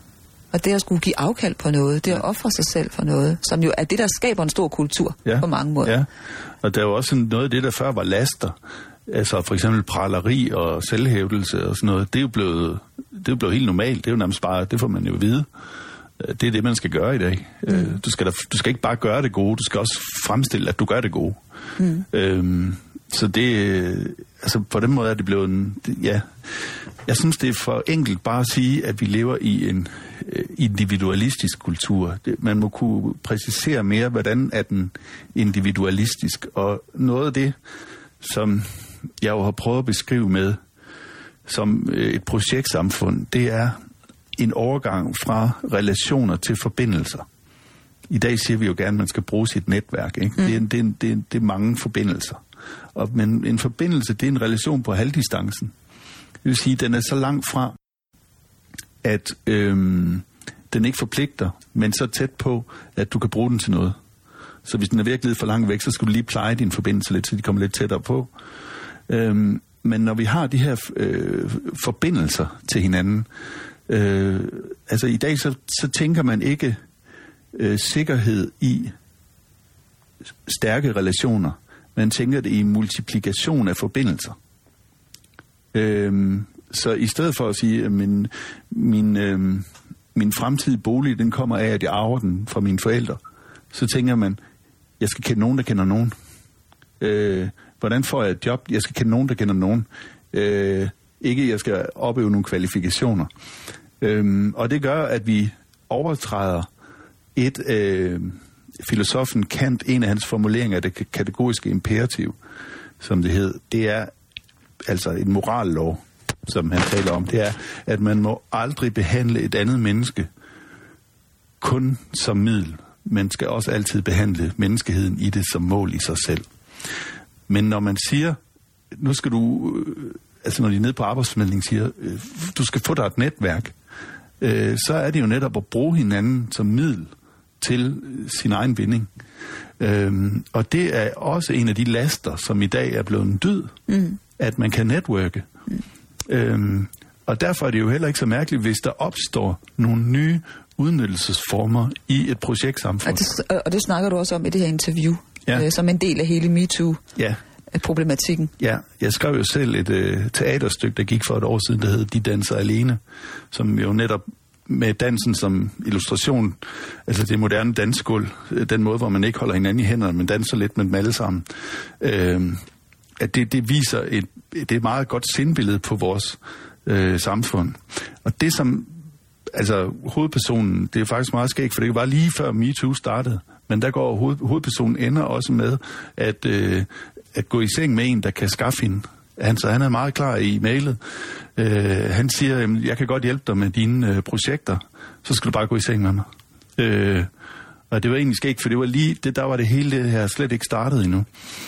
Og det at skulle give afkald på noget, det at ofre sig selv for noget, som jo er det, der skaber en stor kultur ja. på mange måder. Ja, og der er jo også noget af det, der før var laster. Altså for eksempel praleri og selvhævdelse og sådan noget. Det er jo blevet, det er jo blevet helt normalt. Det er jo nærmest bare, det får man jo vide. Det er det, man skal gøre i dag. Mm. Du skal, da, du skal ikke bare gøre det gode, du skal også fremstille, at du gør det gode. Mm. Øhm, så det, altså på den måde er det blevet en, ja, jeg synes det er for enkelt bare at sige, at vi lever i en øh, individualistisk kultur. Det, man må kunne præcisere mere, hvordan er den individualistisk, og noget af det, som jeg jo har prøvet at beskrive med som øh, et projektsamfund, det er en overgang fra relationer til forbindelser. I dag siger vi jo gerne, at man skal bruge sit netværk. Ikke? Mm. Det, er, det, er, det, er, det er mange forbindelser. Og, men en forbindelse, det er en relation på halvdistancen. Det vil sige, at den er så langt fra, at øhm, den ikke forpligter, men så tæt på, at du kan bruge den til noget. Så hvis den er virkelig for langt væk, så skal du lige pleje din forbindelse lidt, så de kommer lidt tættere på. Øhm, men når vi har de her øh, forbindelser til hinanden, øh, altså i dag så, så tænker man ikke øh, sikkerhed i stærke relationer. Man tænker det i multiplikation af forbindelser. Øhm, så i stedet for at sige, at min, min, øhm, min fremtidige bolig, den kommer af, at jeg arver den fra mine forældre, så tænker man, jeg skal kende nogen, der kender nogen. Øh, hvordan får jeg et job? Jeg skal kende nogen, der kender nogen. Øh, ikke, jeg skal opøve nogle kvalifikationer. Øh, og det gør, at vi overtræder et... Øh, filosofen Kant, en af hans formuleringer af det kategoriske imperativ, som det hed, det er altså en morallov, som han taler om. Det er, at man må aldrig behandle et andet menneske kun som middel. Man skal også altid behandle menneskeheden i det som mål i sig selv. Men når man siger, nu skal du, altså når de er nede på arbejdsformidling siger, du skal få dig et netværk, så er det jo netop at bruge hinanden som middel til sin egen vinding. Øhm, og det er også en af de laster, som i dag er blevet en dyd, mm. at man kan netværke. Mm. Øhm, og derfor er det jo heller ikke så mærkeligt, hvis der opstår nogle nye udnyttelsesformer i et projektsamfund. Og det, og det snakker du også om i det her interview, ja. øh, som en del af hele MeToo-problematikken. Ja. ja, jeg skrev jo selv et øh, teaterstykke, der gik for et år siden, der hed De danser alene, som jo netop med dansen som illustration, altså det moderne dansegulv, den måde, hvor man ikke holder hinanden i hænderne, men danser lidt med dem alle sammen, øh, at det, det viser et, det er et meget godt sindbillede på vores øh, samfund. Og det som, altså hovedpersonen, det er faktisk meget skægt, for det var lige før MeToo startede, men der går hoved, hovedpersonen ender også med at, øh, at gå i seng med en, der kan skaffe hende. Han, så han er meget klar i mailet. Øh, han siger, jeg kan godt hjælpe dig med dine øh, projekter, så skal du bare gå i seng med mig. Øh, og det var egentlig skægt, for det var lige, det, der var det hele det her slet ikke startet endnu.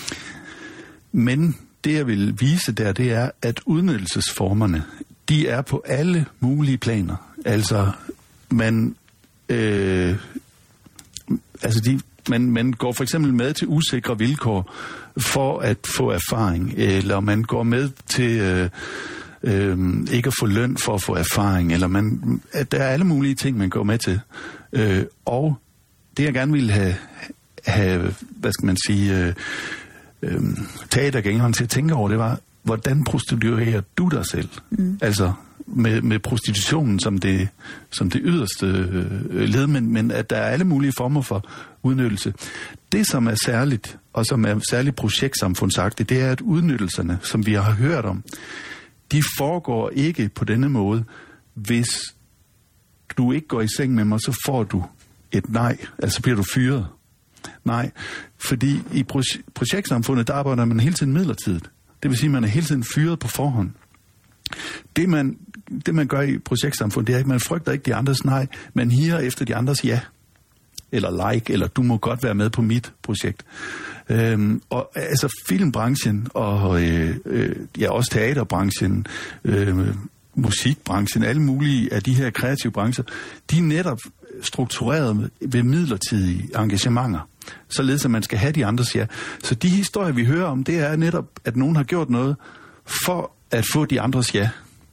Men det jeg vil vise der, det er, at udnyttelsesformerne, de er på alle mulige planer. Altså, man, øh, altså de, man, man går for eksempel med til usikre vilkår for at få erfaring, eller man går med til øh, øh, ikke at få løn for at få erfaring, eller man, at der er alle mulige ting, man går med til. Øh, og det jeg gerne ville have, have hvad skal man sige, øh, øh, teatergængeren til at tænke over, det var, hvordan prostituerer du dig selv? Mm. Altså med, med prostitutionen som det, som det yderste øh, led, men, men at der er alle mulige former for udnyttelse. Det, som er særligt, og som er særligt projektsamfundsagtigt, det er, at udnyttelserne, som vi har hørt om, de foregår ikke på denne måde. Hvis du ikke går i seng med mig, så får du et nej, altså bliver du fyret. Nej, fordi i proje- projektsamfundet, der arbejder man hele tiden midlertidigt. Det vil sige, at man er hele tiden fyret på forhånd. Det man, det man gør i projektsamfundet, det er, at man frygter ikke de andres nej, man higer efter de andres ja. Eller like, eller du må godt være med på mit projekt. Øhm, og altså filmbranchen, og øh, øh, ja, også teaterbranchen, øh, musikbranchen, alle mulige af de her kreative brancher, de er netop struktureret ved midlertidige engagementer, således at man skal have de andres ja. Så de historier, vi hører om, det er netop, at nogen har gjort noget for at få de andres ja.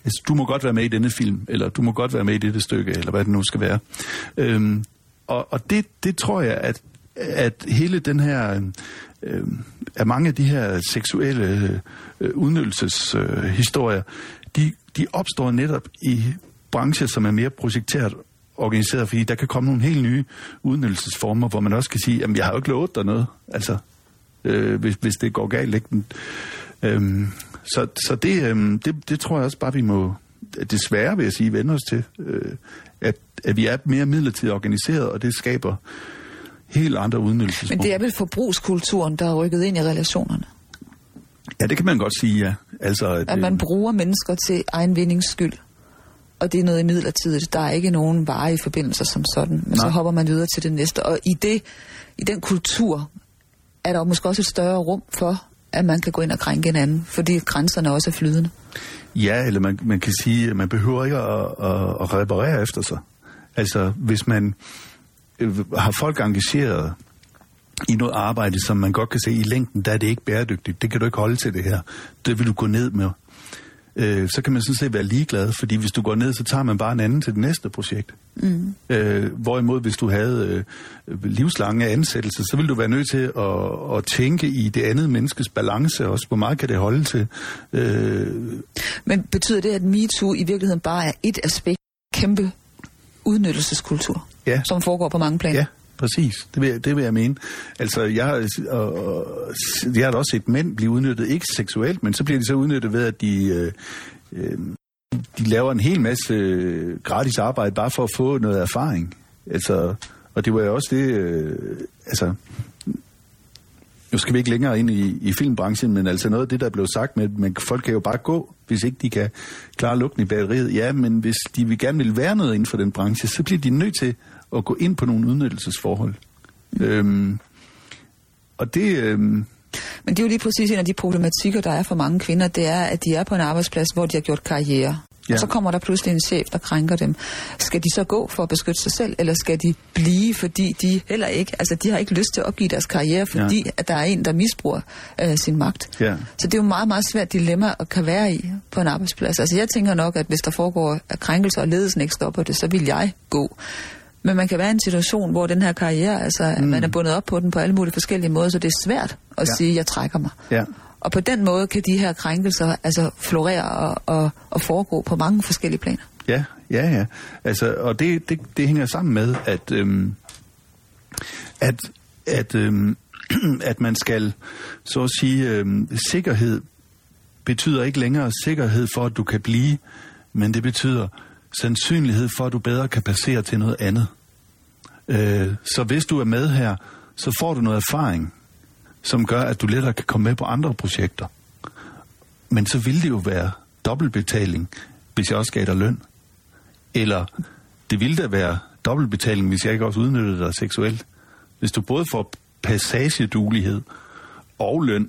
Altså, du må godt være med i denne film, eller du må godt være med i dette stykke, eller hvad det nu skal være. Øhm, og og det, det tror jeg, at, at hele den her, øh, at mange af de her seksuelle øh, udnyttelseshistorier, øh, de, de opstår netop i brancher, som er mere projekteret organiseret, fordi der kan komme nogle helt nye udnyttelsesformer, hvor man også kan sige, jamen jeg har jo ikke lovet dig noget, altså, øh, hvis, hvis det går galt, ikke? Øhm, så så det, øhm, det, det tror jeg også bare, vi må, desværre vil jeg sige, vende os til, øh, at, at vi er mere midlertidigt organiseret, og det skaber helt andre udnyttelsesformer. Men det er vel forbrugskulturen, der er rykket ind i relationerne? Ja, det kan man godt sige, ja. Altså, at det, man bruger mennesker til egen vindings skyld. Og det er noget midlertidigt. Der er ikke nogen varige forbindelser som sådan. Men nej. Så hopper man videre til det næste. Og i, det, i den kultur er der måske også et større rum for, at man kan gå ind og krænke hinanden. Fordi grænserne også er flydende. Ja, eller man, man kan sige, at man behøver ikke at, at, at reparere efter sig. Altså, hvis man øh, har folk engageret i noget arbejde, som man godt kan se i længden, der er det ikke bæredygtigt. Det kan du ikke holde til det her. Det vil du gå ned med. Øh, så kan man sådan set være ligeglad, fordi hvis du går ned, så tager man bare en anden til det næste projekt. Mm. Øh, hvorimod, hvis du havde øh, livslange ansættelser, så vil du være nødt til at, at tænke i det andet menneskes balance også. Hvor meget kan det holde til? Øh... Men betyder det, at MeToo i virkeligheden bare er et aspekt kæmpe udnyttelseskultur, ja. Som foregår på mange planer? Ja. Præcis, det vil, det vil jeg mene. Altså, jeg har, og, jeg har da også set mænd blive udnyttet, ikke seksuelt, men så bliver de så udnyttet ved, at de, øh, øh, de laver en hel masse øh, gratis arbejde, bare for at få noget erfaring. Altså, og det var jo også det, øh, altså, nu skal vi ikke længere ind i, i filmbranchen, men altså noget af det, der blev sagt med, men folk kan jo bare gå, hvis ikke de kan klare lugten i batteriet. Ja, men hvis de vil gerne vil være noget inden for den branche, så bliver de nødt til at gå ind på nogle udnyttelsesforhold. Mm. Øhm, og det... Øhm, Men det er jo lige præcis en af de problematikker, der er for mange kvinder, det er, at de er på en arbejdsplads, hvor de har gjort karriere. Ja. Og så kommer der pludselig en chef, der krænker dem. Skal de så gå for at beskytte sig selv, eller skal de blive, fordi de heller ikke, altså de har ikke lyst til at opgive deres karriere, fordi ja. At der er en, der misbruger øh, sin magt. Ja. Så det er jo meget, meget svært dilemma at kan være i på en arbejdsplads. Altså jeg tænker nok, at hvis der foregår krænkelser, og ledelsen ikke stopper det, så vil jeg gå. Men man kan være i en situation, hvor den her karriere, altså mm. man er bundet op på den på alle mulige forskellige måder, så det er svært at ja. Sige, at jeg trækker mig. Ja. Og på den måde kan de her krænkelser altså florere og, og, og foregå på mange forskellige planer. Ja, ja, ja. Altså, og det, det, det hænger sammen med, at, øhm, at, at, øhm, at man skal, så at sige, øhm, sikkerhed betyder ikke længere sikkerhed for, at du kan blive, men det betyder sandsynlighed for, at du bedre kan passere til noget andet. Øh, så hvis du er med her, så får du noget erfaring, som gør, at du lettere kan komme med på andre projekter. Men så ville det jo være dobbeltbetaling, hvis jeg også gav dig løn. Eller det ville da være dobbeltbetaling, hvis jeg ikke også udnyttede dig seksuelt. Hvis du både får passageduelighed og løn,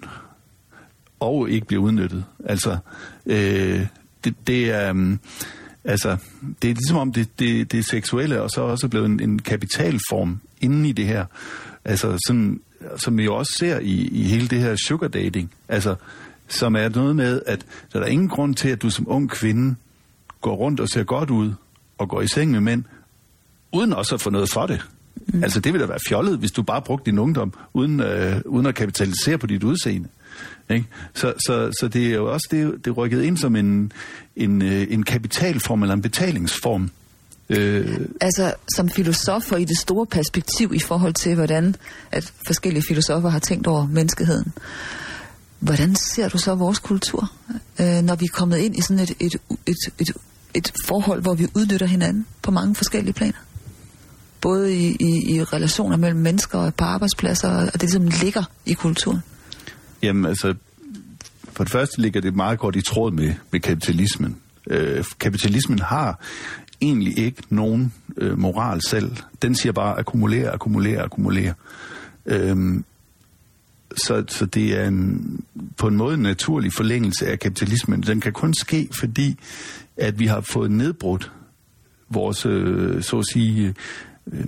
og ikke bliver udnyttet. Altså, øh, det, det er... Um, Altså, det er ligesom om det, det, det seksuelle, og så også blevet en, en kapitalform inden i det her. Altså, sådan, som vi jo også ser i, i hele det her sugar dating. Altså, som er noget med, at der er ingen grund til, at du som ung kvinde går rundt og ser godt ud, og går i seng med mænd, uden også at få noget for det. Mm. Altså, det vil da være fjollet, hvis du bare brugte din ungdom, uden, øh, uden at kapitalisere på dit udseende. Ikke? Så, så, så det er jo også det, det er rykket ind som en, en, en kapitalform eller en betalingsform. Øh. Altså som filosofer i det store perspektiv i forhold til, hvordan at forskellige filosofer har tænkt over menneskeheden. Hvordan ser du så vores kultur, øh, når vi er kommet ind i sådan et, et, et, et, et forhold, hvor vi udnytter hinanden på mange forskellige planer? Både i, i, i relationer mellem mennesker og på arbejdspladser, og det ligesom ligger i kulturen. Jamen altså, for det første ligger det meget godt i tråd med, med kapitalismen. Øh, kapitalismen har egentlig ikke nogen øh, moral selv. Den siger bare akkumulere, akkumulere, akkumulere. Øh, så, så det er en, på en måde en naturlig forlængelse af kapitalismen. Den kan kun ske, fordi at vi har fået nedbrudt vores, øh, så at sige, øh,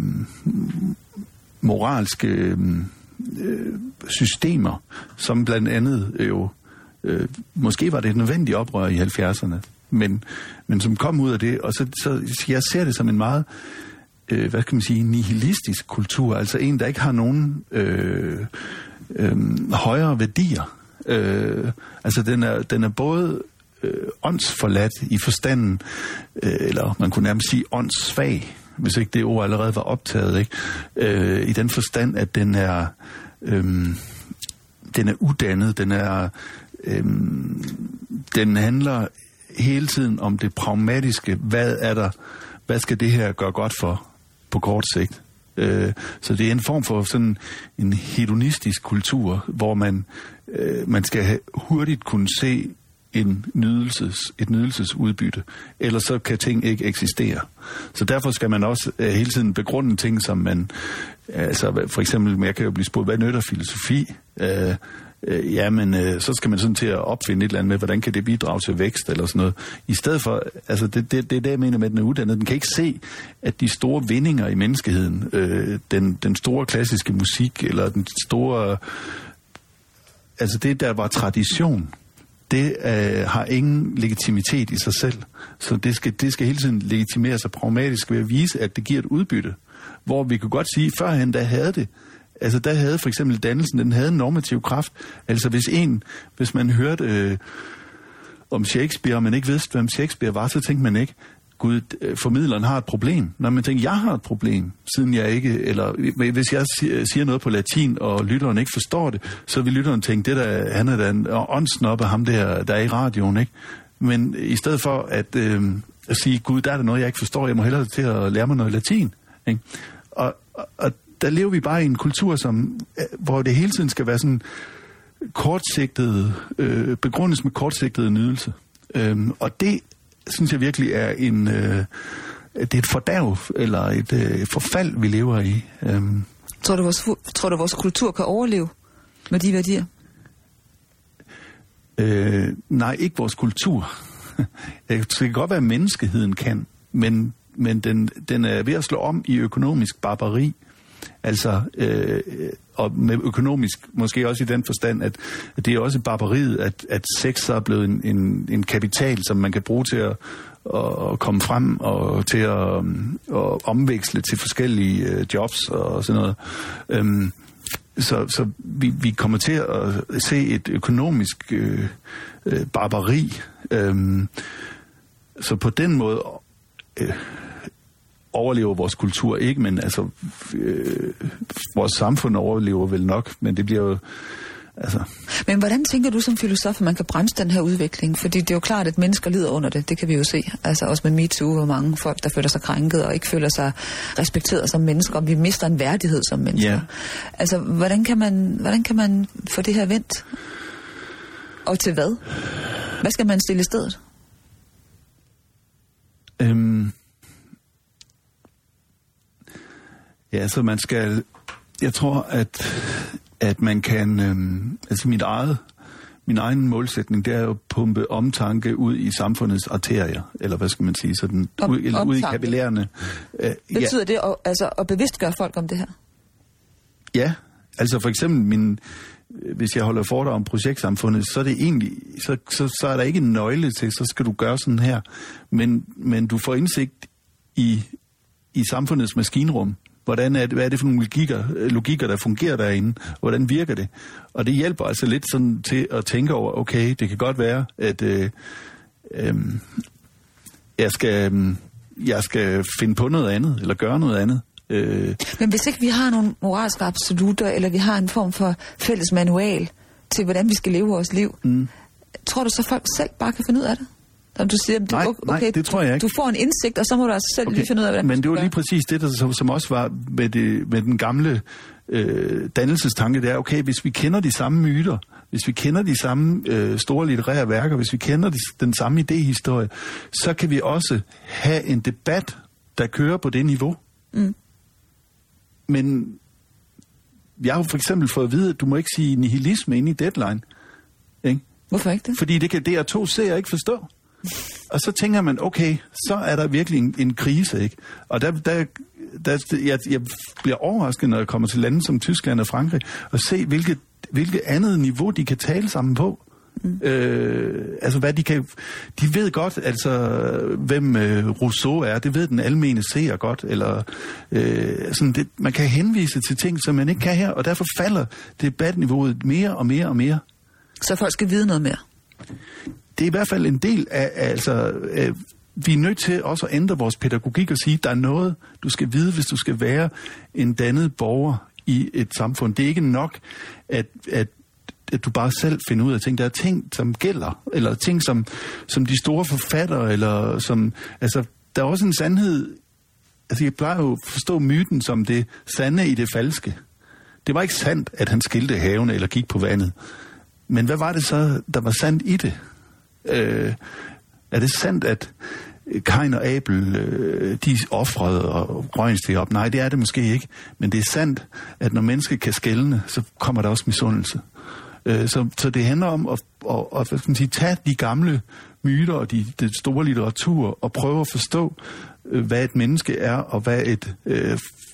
moralske... Øh, systemer, som blandt andet jo, øh, måske var det et nødvendigt oprør i halvfjerdserne, men, men som kom ud af det, og så, så jeg ser det som en meget, øh, hvad kan man sige, nihilistisk kultur, altså en, der ikke har nogen øh, øh, højere værdier. Øh, altså den er, den er både øh, åndsforladt i forstanden, øh, eller man kunne nærmest sige åndssvag, hvis ikke det ord allerede var optaget, ikke? Øh, i den forstand, at den er, øh, den er uddannet, den er, øh, den handler hele tiden om det pragmatiske. Hvad er der, hvad skal det her gøre godt for på kort sigt? Øh, så det er en form for sådan en hedonistisk kultur, hvor man, øh, man skal have hurtigt kunne se en nydelses, et nydelsesudbytte, ellers så kan ting ikke eksistere. Så derfor skal man også øh, hele tiden begrunde ting, som man, altså for eksempel, jeg kan jo blive spurgt, hvad nytter filosofi? Øh, øh, jamen, øh, så skal man sådan til at opfinde et eller andet med, hvordan kan det bidrage til vækst, eller sådan noget. I stedet for, altså det, det, det er det, jeg mener med, at den er uddannet. Den kan ikke se, at de store vindinger i menneskeheden, øh, den, den store klassiske musik, eller den store, altså det, der var tradition, det øh, har ingen legitimitet i sig selv. Så det skal, det skal hele tiden legitimere sig pragmatisk ved at vise, at det giver et udbytte. Hvor vi kunne godt sige, at førhen der havde det. Altså der havde for eksempel dannelsen, den havde en normativ kraft. Altså hvis en, hvis man hørte øh, om Shakespeare, og man ikke vidste, hvem Shakespeare var, så tænkte man ikke, Gud, formidleren har et problem. Når man tænker, jeg har et problem, siden jeg ikke, eller hvis jeg siger noget på latin, og lytteren ikke forstår det, så vil lytteren tænke, det der, han er da en åndsnoppe, ham der, der er i radioen, ikke? Men i stedet for at, øh, at sige, Gud, der er der noget, jeg ikke forstår, jeg må hellere til at lære mig noget latin, ikke? Og, og, og der lever vi bare i en kultur, som, hvor det hele tiden skal være sådan kortsigtet, øh, begrundes med kortsigtet nydelse. Øhm, og det synes jeg virkelig er en, øh, det er et fordærv, eller et øh, forfald, vi lever i. Øhm. Tror du, vores, tror du, vores kultur kan overleve med de værdier? Øh, nej, ikke vores kultur. Det kan godt være, at menneskeheden kan, men, men den, den er ved at slå om i økonomisk barbari. Altså, øh, og med økonomisk, måske også i den forstand, at, at det er også barbariet, at, at sex er blevet en, en, en kapital, som man kan bruge til at, at komme frem og til at, at omveksle til forskellige øh, jobs og sådan noget. Øhm, så så vi, vi kommer til at se et økonomisk øh, øh, barbari. Øhm, så på den måde øh, overlever vores kultur ikke, men altså øh, vores samfund overlever vel nok, men det bliver jo altså. Men hvordan tænker du som filosof, at man kan bremse den her udvikling? Fordi det er jo klart, at mennesker lider under det, det kan vi jo se. Altså også med MeToo, hvor mange folk, der føler sig krænket og ikke føler sig respekteret som mennesker, og vi mister en værdighed som mennesker. Yeah. Altså, hvordan kan man, hvordan kan man få det her vendt? Og til hvad? Hvad skal man stille i stedet? Øhm Ja, så man skal, jeg tror, at, at man kan, øhm, altså mit eget, min egen målsætning, det er jo at pumpe omtanke ud i samfundets arterier, eller hvad skal man sige, sådan Om, ud, eller ud i kapillærerne. Øh, Betyder ja. det at, altså, at bevidstgøre folk om det her? Ja, altså for eksempel, min, hvis jeg holder foredrag om projektsamfundet, så er det egentlig, så, så, så er der ikke en nøgle til, så skal du gøre sådan her, men, men du får indsigt i, i samfundets maskinrum. Hvordan er det, hvad er det for nogle logikker, logikker, der fungerer derinde? Hvordan virker det? Og det hjælper altså lidt sådan til at tænke over, okay, det kan godt være, at øh, øh, jeg, skal, øh, jeg skal finde på noget andet, eller gøre noget andet. Øh. Men hvis ikke vi har nogle moralske absolutter, eller vi har en form for fælles manual til, hvordan vi skal leve vores liv, mm. tror du så folk selv bare kan finde ud af det? Du siger, nej, okay, nej, det tror jeg ikke. Du får en indsigt, og så må du altså selv okay. lige finde ud af, hvordan Men det var gøre. lige præcis det, der, som også var med, det, med den gamle øh, dannelsestanke, det er, okay, hvis vi kender de samme myter, hvis vi kender de samme øh, store litterære værker, hvis vi kender de, den samme idéhistorie, så kan vi også have en debat, der kører på det niveau. Mm. Men jeg har for eksempel fået at vide, at du må ikke sige nihilisme inde i Deadline. Ikke? Hvorfor ikke det? Fordi det kan D R to C ikke forstå. Og så tænker man, okay, så er der virkelig en, en krise, ikke? Og der, der, der jeg, jeg bliver overrasket, når jeg kommer til lande som Tyskland og Frankrig, og se, hvilket, hvilket andet niveau de kan tale sammen på. Mm. Øh, altså hvad de kan... De ved godt, altså hvem øh, Rousseau er. Det ved den almene seer godt. Eller øh, sådan det, man kan henvise til ting, som man ikke kan her, og derfor falder debatniveauet mere og mere og mere. Så folk skal vide noget mere? Det er i hvert fald en del af... Altså, øh, vi er nødt til også at ændre vores pædagogik og sige, at der er noget, du skal vide, hvis du skal være en dannet borger i et samfund. Det er ikke nok, at, at, at du bare selv finder ud af ting. Der er ting, som gælder, eller ting, som, som de store forfattere, eller som... Altså, der er også en sandhed... Altså, jeg plejer jo at forstå myten som det sande i det falske. Det var ikke sandt, at han skilte havene eller gik på vandet. Men hvad var det så, der var sandt i det? Øh, er det sandt, at Kain og Abel, øh, de ofrede og røgnsteg op? Nej, det er det måske ikke. Men det er sandt, at når mennesker kan skelne, så kommer der også misundelse. Øh, så, så det handler om at, at, at, at, at sige, tage de gamle myter og de, de store litteratur og prøve at forstå, øh, hvad et menneske er, og hvad et, øh,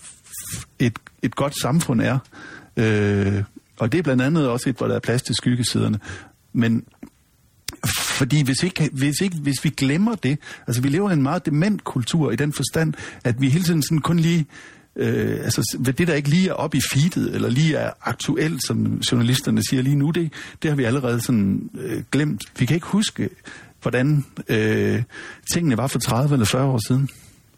et, et godt samfund er. Øh, og det er blandt andet også et, hvor der er plads til skyggesiderne. Men fordi hvis, ikke, hvis, ikke, hvis vi glemmer det, altså vi lever i en meget dement kultur i den forstand, at vi hele tiden sådan kun lige, øh, altså det der ikke lige er op i feedet, eller lige er aktuelt, som journalisterne siger lige nu, det, det har vi allerede sådan øh, glemt. Vi kan ikke huske, hvordan øh, tingene var for tredive eller fyrre år siden.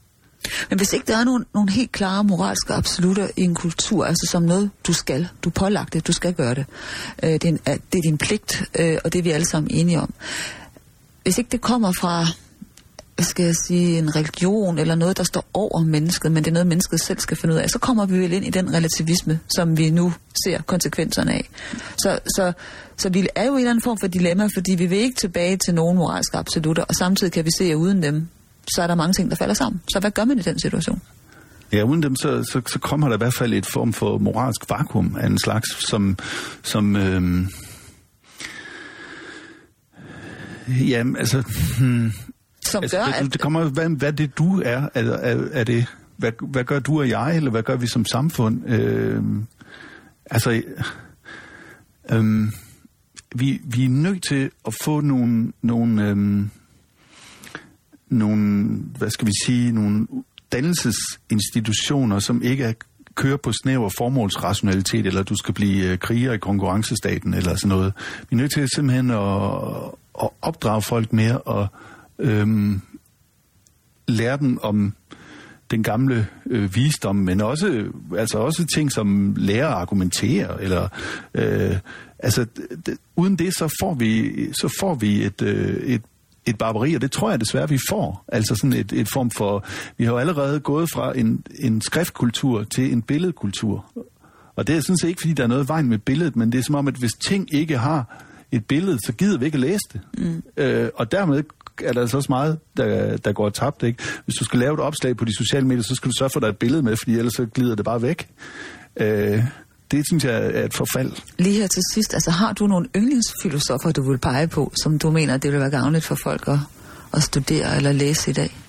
Men hvis ikke der er nogle, nogle helt klare moralske absolutter i en kultur, altså som noget, du skal, du er pålagt det, du skal gøre det, øh, det, er en, det er din pligt, øh, og det er vi alle sammen enige om. Hvis ikke det kommer fra, hvad skal jeg sige, en religion eller noget, der står over mennesket, men det er noget, mennesket selv skal finde ud af, så kommer vi vel ind i den relativisme, som vi nu ser konsekvenserne af. Så, så, så vi er jo i en eller anden form for dilemma, fordi vi vil ikke tilbage til nogen moralske absolutter, og samtidig kan vi se, at uden dem, så er der mange ting, der falder sammen. Så hvad gør man i den situation? Ja, uden dem, så, så, så kommer der i hvert fald et form for moralsk vakuum af en slags, som... som øhm, jamen, altså... Hmm, som altså, gør, det, at... det kommer, hvad, hvad det du er, er, er, er det... Hvad, hvad gør du og jeg, eller hvad gør vi som samfund? Øhm, altså... Øhm, vi, vi er nødt til at få nogle... nogle øhm, nogle, hvad skal vi sige, nogle dannelsesinstitutioner, som ikke er, kører på snæver formålsrationalitet, eller du skal blive uh, kriger i konkurrencestaten, eller sådan noget. Vi er nødt til simpelthen at, at opdrage folk mere, og øhm, lære dem om den gamle øh, visdom, men også, altså også ting som lære at argumentere, eller øh, altså d- uden det, så får vi, så får vi et, øh, et et barbari, og det tror jeg desværre, vi får. Altså sådan et, et form for... Vi har jo allerede gået fra en, en skriftkultur til en billedkultur. Og det er sådan set ikke, fordi der er noget vejen med billedet, men det er som om, at hvis ting ikke har et billede, så gider vi ikke at læse det. Mm. Øh, og dermed er der altså også meget, der, der går tabt, ikke? Hvis du skal lave et opslag på de sociale medier, så skal du sørge for, at der er et billede med, fordi ellers så glider det bare væk. Øh, Det synes jeg er et forfald. Lige her til sidst, altså har du nogle yndlingsfilosofer, du vil pege på, som du mener, det vil være gavnligt for folk at, at studere eller læse i dag?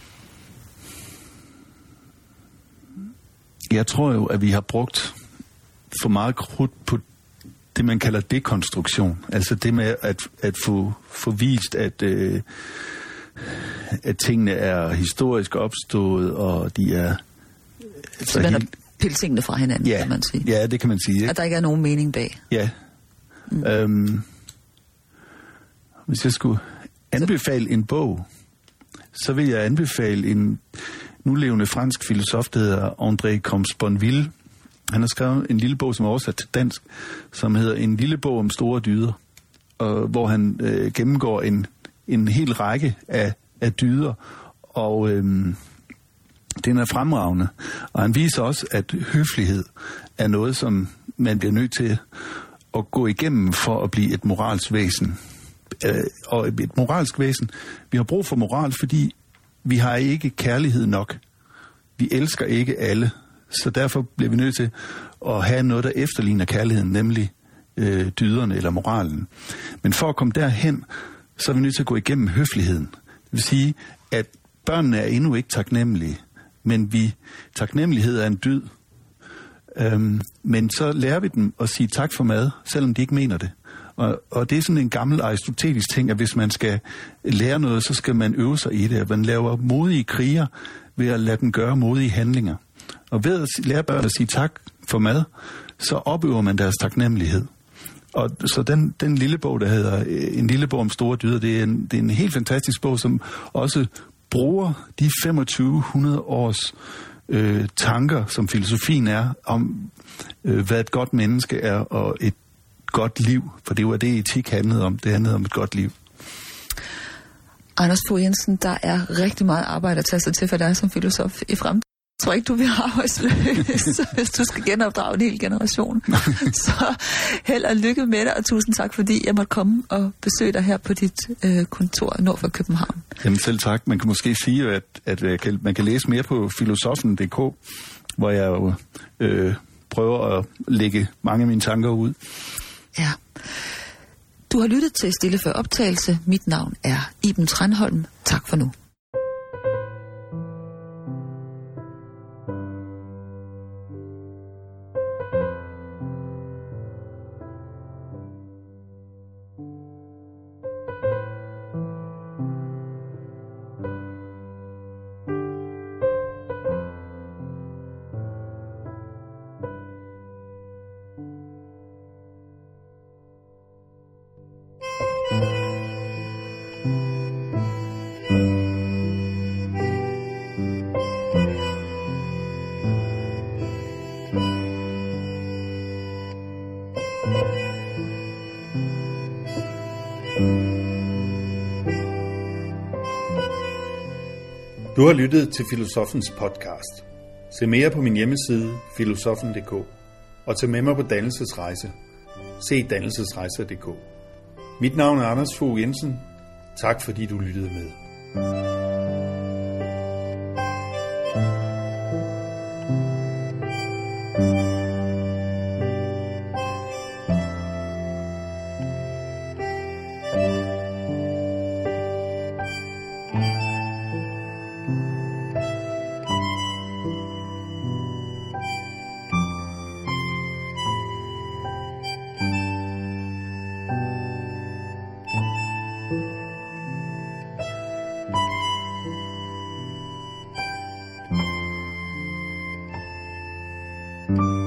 Jeg tror jo, at vi har brugt for meget krudt på det, man kalder dekonstruktion. Altså det med at, at få, få vist, at, øh, at tingene er historisk opstået, og de er... Så man helt... pille tingene fra hinanden, ja, kan man sige. Ja, det kan man sige. Ikke? At der ikke er nogen mening bag. Ja. Mm. Øhm, hvis jeg skulle anbefale en bog, så vil jeg anbefale en nulevende fransk filosof, der hedder André Comte-Sponville. Han har skrevet en lille bog, som er oversat til dansk, som hedder En lille bog om store dyder, og hvor han øh, gennemgår en, en hel række af, af dyder, og... Øhm, den er fremragende, og han viser også, at høflighed er noget, som man bliver nødt til at gå igennem for at blive et moralsk væsen. Øh, og et moralsk væsen. Vi har brug for moral, fordi vi har ikke kærlighed nok. Vi elsker ikke alle, så derfor bliver vi nødt til at have noget, der efterligner kærligheden, nemlig øh, dyderne eller moralen. Men for at komme derhen, så er vi nødt til at gå igennem høfligheden. Det vil sige, at børnene er endnu ikke taknemmelige, men vi, taknemmelighed er en dyd. Øhm, men så lærer vi dem at sige tak for mad, selvom de ikke mener det. Og, og det er sådan en gammel aristotelisk ting, at hvis man skal lære noget, så skal man øve sig i det. Man laver modige kriger ved at lade dem gøre modige handlinger. Og ved at lære børn at sige tak for mad, så opøver man deres taknemmelighed. Og så den, den lille bog, der hedder En lille bog om store dyder, det er en, det er en helt fantastisk bog, som også bruger de femogtyve hundrede års øh, tanker, som filosofien er, om øh, hvad et godt menneske er, og et godt liv. For det var det, etik handlede om. Det handlede om et godt liv. Anders Fogh Jensen, der er rigtig meget arbejde at tage sig til for dig som filosof i fremtiden. Jeg tror ikke, du bliver arbejdsløs, hvis du skal genopdrage en hel generation. Så held og lykke med dig, og tusind tak, fordi jeg måtte komme og besøge dig her på dit øh, kontor nord for København. Jamen selv tak. Man kan måske sige, at, at man kan læse mere på filosofen punktum d k, hvor jeg jo øh, prøver at lægge mange af mine tanker ud. Ja. Du har lyttet til Stille før optagelse. Mit navn er Iben Tranholm. Tak for nu. Du har lyttet til Filosofens podcast. Se mere på min hjemmeside filosofen punktum d k og tag med mig på dannelsesrejse. Se dannelsesrejser punktum d k. Mit navn er Anders Fogh Jensen. Tak fordi du lyttede med. thank you